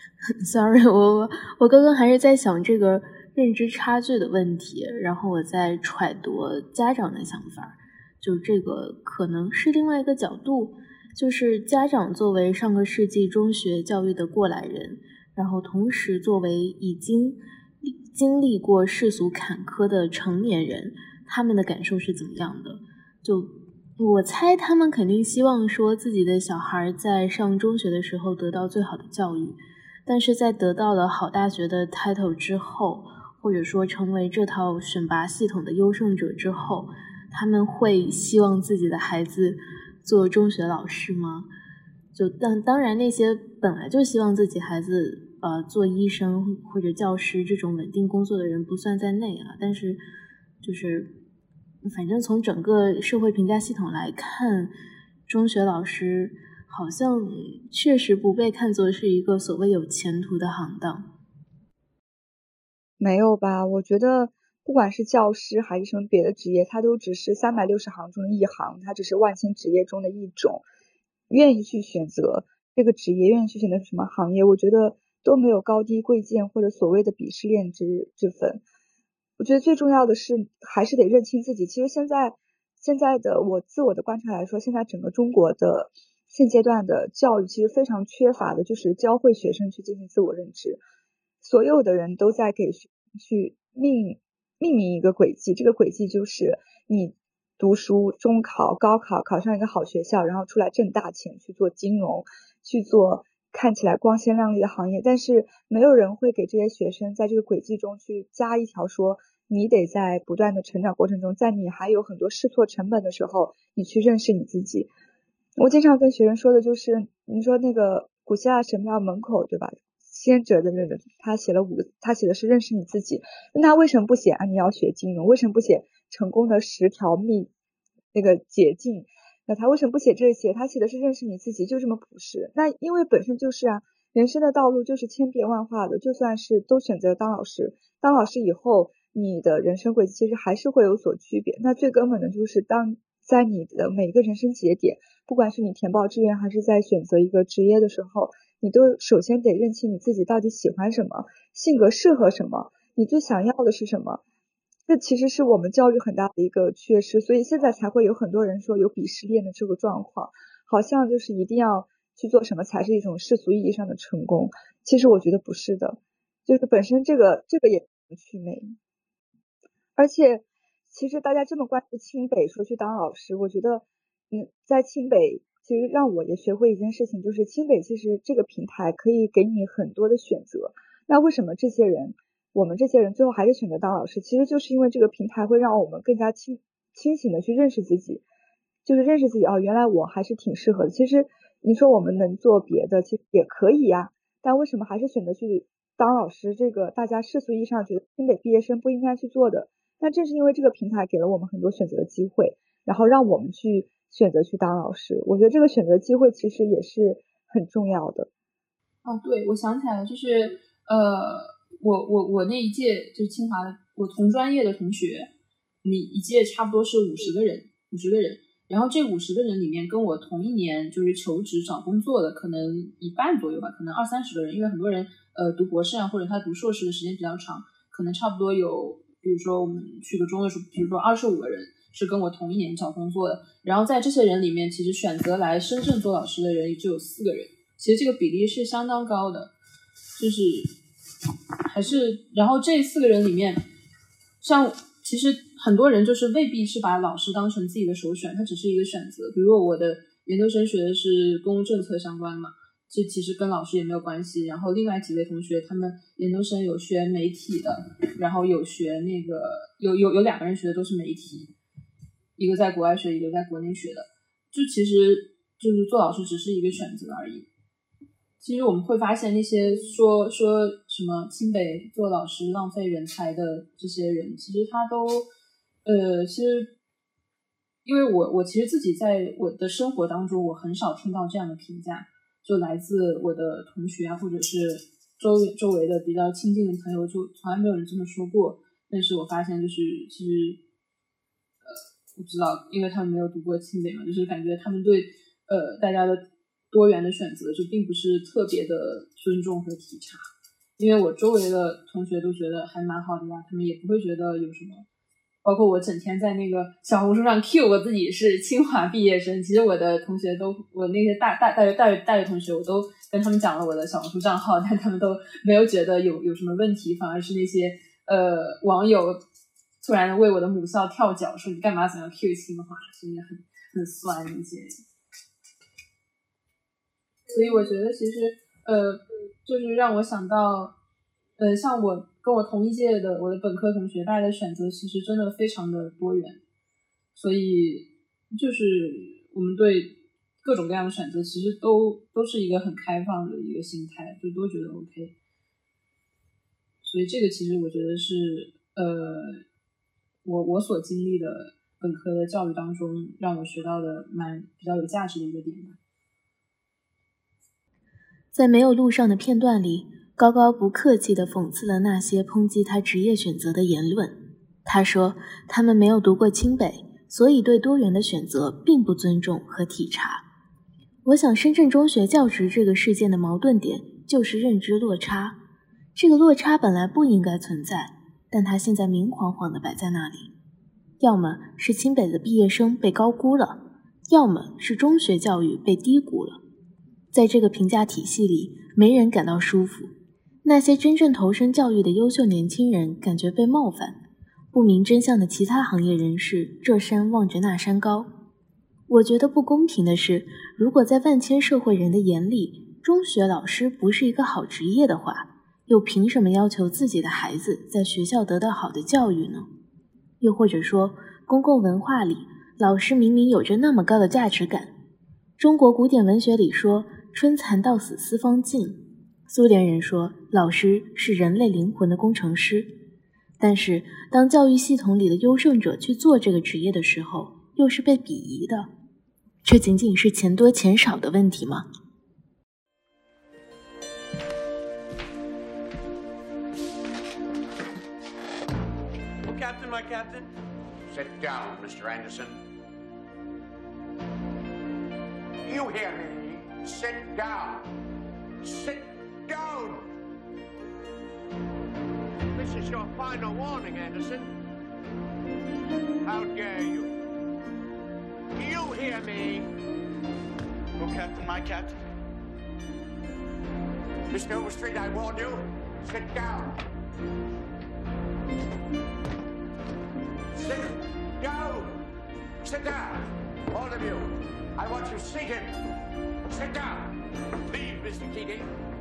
Sorry， 我我刚刚还是在想这个认知差距的问题，然后我在揣度家长的想法，就这个可能是另外一个角度，就是家长作为上个世纪中学教育的过来人，然后同时作为已经经历过世俗坎坷的成年人，他们的感受是怎么样的？就我猜他们肯定希望说自己的小孩在上中学的时候得到最好的教育，但是在得到了好大学的 title 之后，或者说成为这套选拔系统的优胜者之后，他们会希望自己的孩子做中学老师吗？就当当然那些本来就希望自己孩子呃做医生或者教师这种稳定工作的人不算在内啊，但是就是反正从整个社会评价系统来看，中学老师好像确实不被看作是一个所谓有前途的行当。 没有吧，我觉得不管是教师还是什么别的职业，它都只是三百六十行中的一行，它只是万千职业中的一种。愿意去选择这个职业，愿意去选择什么行业，我觉得都没有高低贵贱或者所谓的鄙视链之之分。我觉得最重要的是还是得认清自己。其实现在现在的我自我的观察来说，现在整个中国的现阶段的教育其实非常缺乏的就是教会学生去进行自我认知。所有的人都在给去命命名一个轨迹，这个轨迹就是你读书，中考、高考考上一个好学校，然后出来挣大钱，去做金融，去做看起来光鲜亮丽的行业，但是没有人会给这些学生在这个轨迹中去加一条说，你得在不断的成长过程中，在你还有很多试错成本的时候，你去认识你自己。我经常跟学生说的就是，你说那个古希腊神庙门口，对吧？先哲的那个，他写了五个，他写的是认识你自己。那他为什么不写啊？你要学金融？为什么不写成功的十条秘那个捷径？那他为什么不写这些？他写的是认识你自己，就这么朴实。那因为本身就是啊，人生的道路就是千变万化的，就算是都选择当老师，当老师以后，你的人生轨迹其实还是会有所区别。那最根本的就是当在你的每个人生节点，不管是你填报志愿还是在选择一个职业的时候，你都首先得认清你自己到底喜欢什么，性格适合什么，你最想要的是什么。这其实是我们教育很大的一个缺失，所以现在才会有很多人说有鄙视链的这个状况，好像就是一定要去做什么才是一种世俗意义上的成功。其实我觉得不是的，就是本身这个这个也不祛魅。而且其实大家这么关注清北说去当老师，我觉得嗯，在清北其实让我也学会一件事情，就是清北其实这个平台可以给你很多的选择。那为什么这些人我们这些人最后还是选择当老师，其实就是因为这个平台会让我们更加清清醒的去认识自己，就是认识自己哦，原来我还是挺适合的。其实你说我们能做别的其实也可以呀，但为什么还是选择去当老师，这个大家世俗意义上觉得清北毕业生不应该去做的。那正是因为这个平台给了我们很多选择的机会，然后让我们去选择去当老师，我觉得这个选择机会其实也是很重要的。 哦，对，我想起来了，就是呃，我我我那一届就是清华的，我同专业的同学，你一届差不多是五十个人，五十个人，然后这五十个人里面跟我同一年就是求职找工作的，可能一半左右吧，可能二三十个人，因为很多人呃读博士啊，或者他读硕士的时间比较长，可能差不多有，比如说我们取个中位数，比如说二十五个人是跟我同一年找工作的，然后在这些人里面，其实选择来深圳做老师的人也就有四个人，其实这个比例是相当高的，就是还是，然后这四个人里面，像其实很多人就是未必是把老师当成自己的首选，它只是一个选择。比如我的研究生学的是公共政策相关嘛，这其实跟老师也没有关系。然后另外几位同学，他们研究生有学媒体的，然后有学那个有有有两个人学的都是媒体，一个在国外学，一个在国内学的。就其实就是做老师只是一个选择而已。其实我们会发现那些说说什么清北做老师浪费人才的这些人，其实他都呃，其实因为我我其实自己在我的生活当中，我很少听到这样的评价，就来自我的同学啊，或者是周周围的比较亲近的朋友，就从来没有人这么说过。但是我发现就是其实呃，我不知道，因为他们没有读过清北嘛，就是感觉他们对呃大家的多元的选择就并不是特别的尊重和体察，因为我周围的同学都觉得还蛮好的呀，他们也不会觉得有什么。包括我整天在那个小红书上 cue 我自己是清华毕业生，其实我的同学都，我那些大大大学大学大学同学，我都跟他们讲了我的小红书账号，但他们都没有觉得有有什么问题，反而是那些呃网友突然为我的母校跳脚，说你干嘛想要 cue 清华，真的很很酸一些。所以我觉得其实呃就是让我想到呃像我跟我同一届的我的本科同学，大家的选择其实真的非常的多元，所以就是我们对各种各样的选择其实都都是一个很开放的一个心态，就都觉得 OK。 所以这个其实我觉得是呃我我所经历的本科的教育当中让我学到的蛮比较有价值的一个点吧。 在没有录上的片段里，高高不客气地讽刺了那些抨击他职业选择的言论。他说他们没有读过清北，所以对多元的选择并不尊重和体察。我想深圳中学教职这个事件的矛盾点就是认知落差，这个落差本来不应该存在，但它现在明晃晃地摆在那里。要么是清北的毕业生被高估了，要么是中学教育被低估了。在这个评价体系里，没人感到舒服。 那些真正投身教育的优秀年轻人感觉被冒犯，不明真相的其他行业人士这山望着那山高。我觉得不公平的是，如果在万千社会人的眼里，中学老师不是一个好职业的话，又凭什么要求自己的孩子在学校得到好的教育呢？又或者说，公共文化里，老师明明有着那么高的价值感。中国古典文学里说，春蚕到死丝方尽。苏联人说，老师是人类灵魂的工程师。但是，当教育系统里的优胜者去做这个职业的时候，又是被鄙夷的。这仅仅是钱多钱少的问题吗？ Captain, my captain. Sit down, Mister Anderson. You hear me? Sit down. Sit down. This is your final warning, Anderson. How dare you? You hear me? Oh, Captain, my captain. Mister Overstreet, I warn you. Sit down. Sit down. Sit down. All of you. I want you seated. Sit down. Leave, Mister Keating.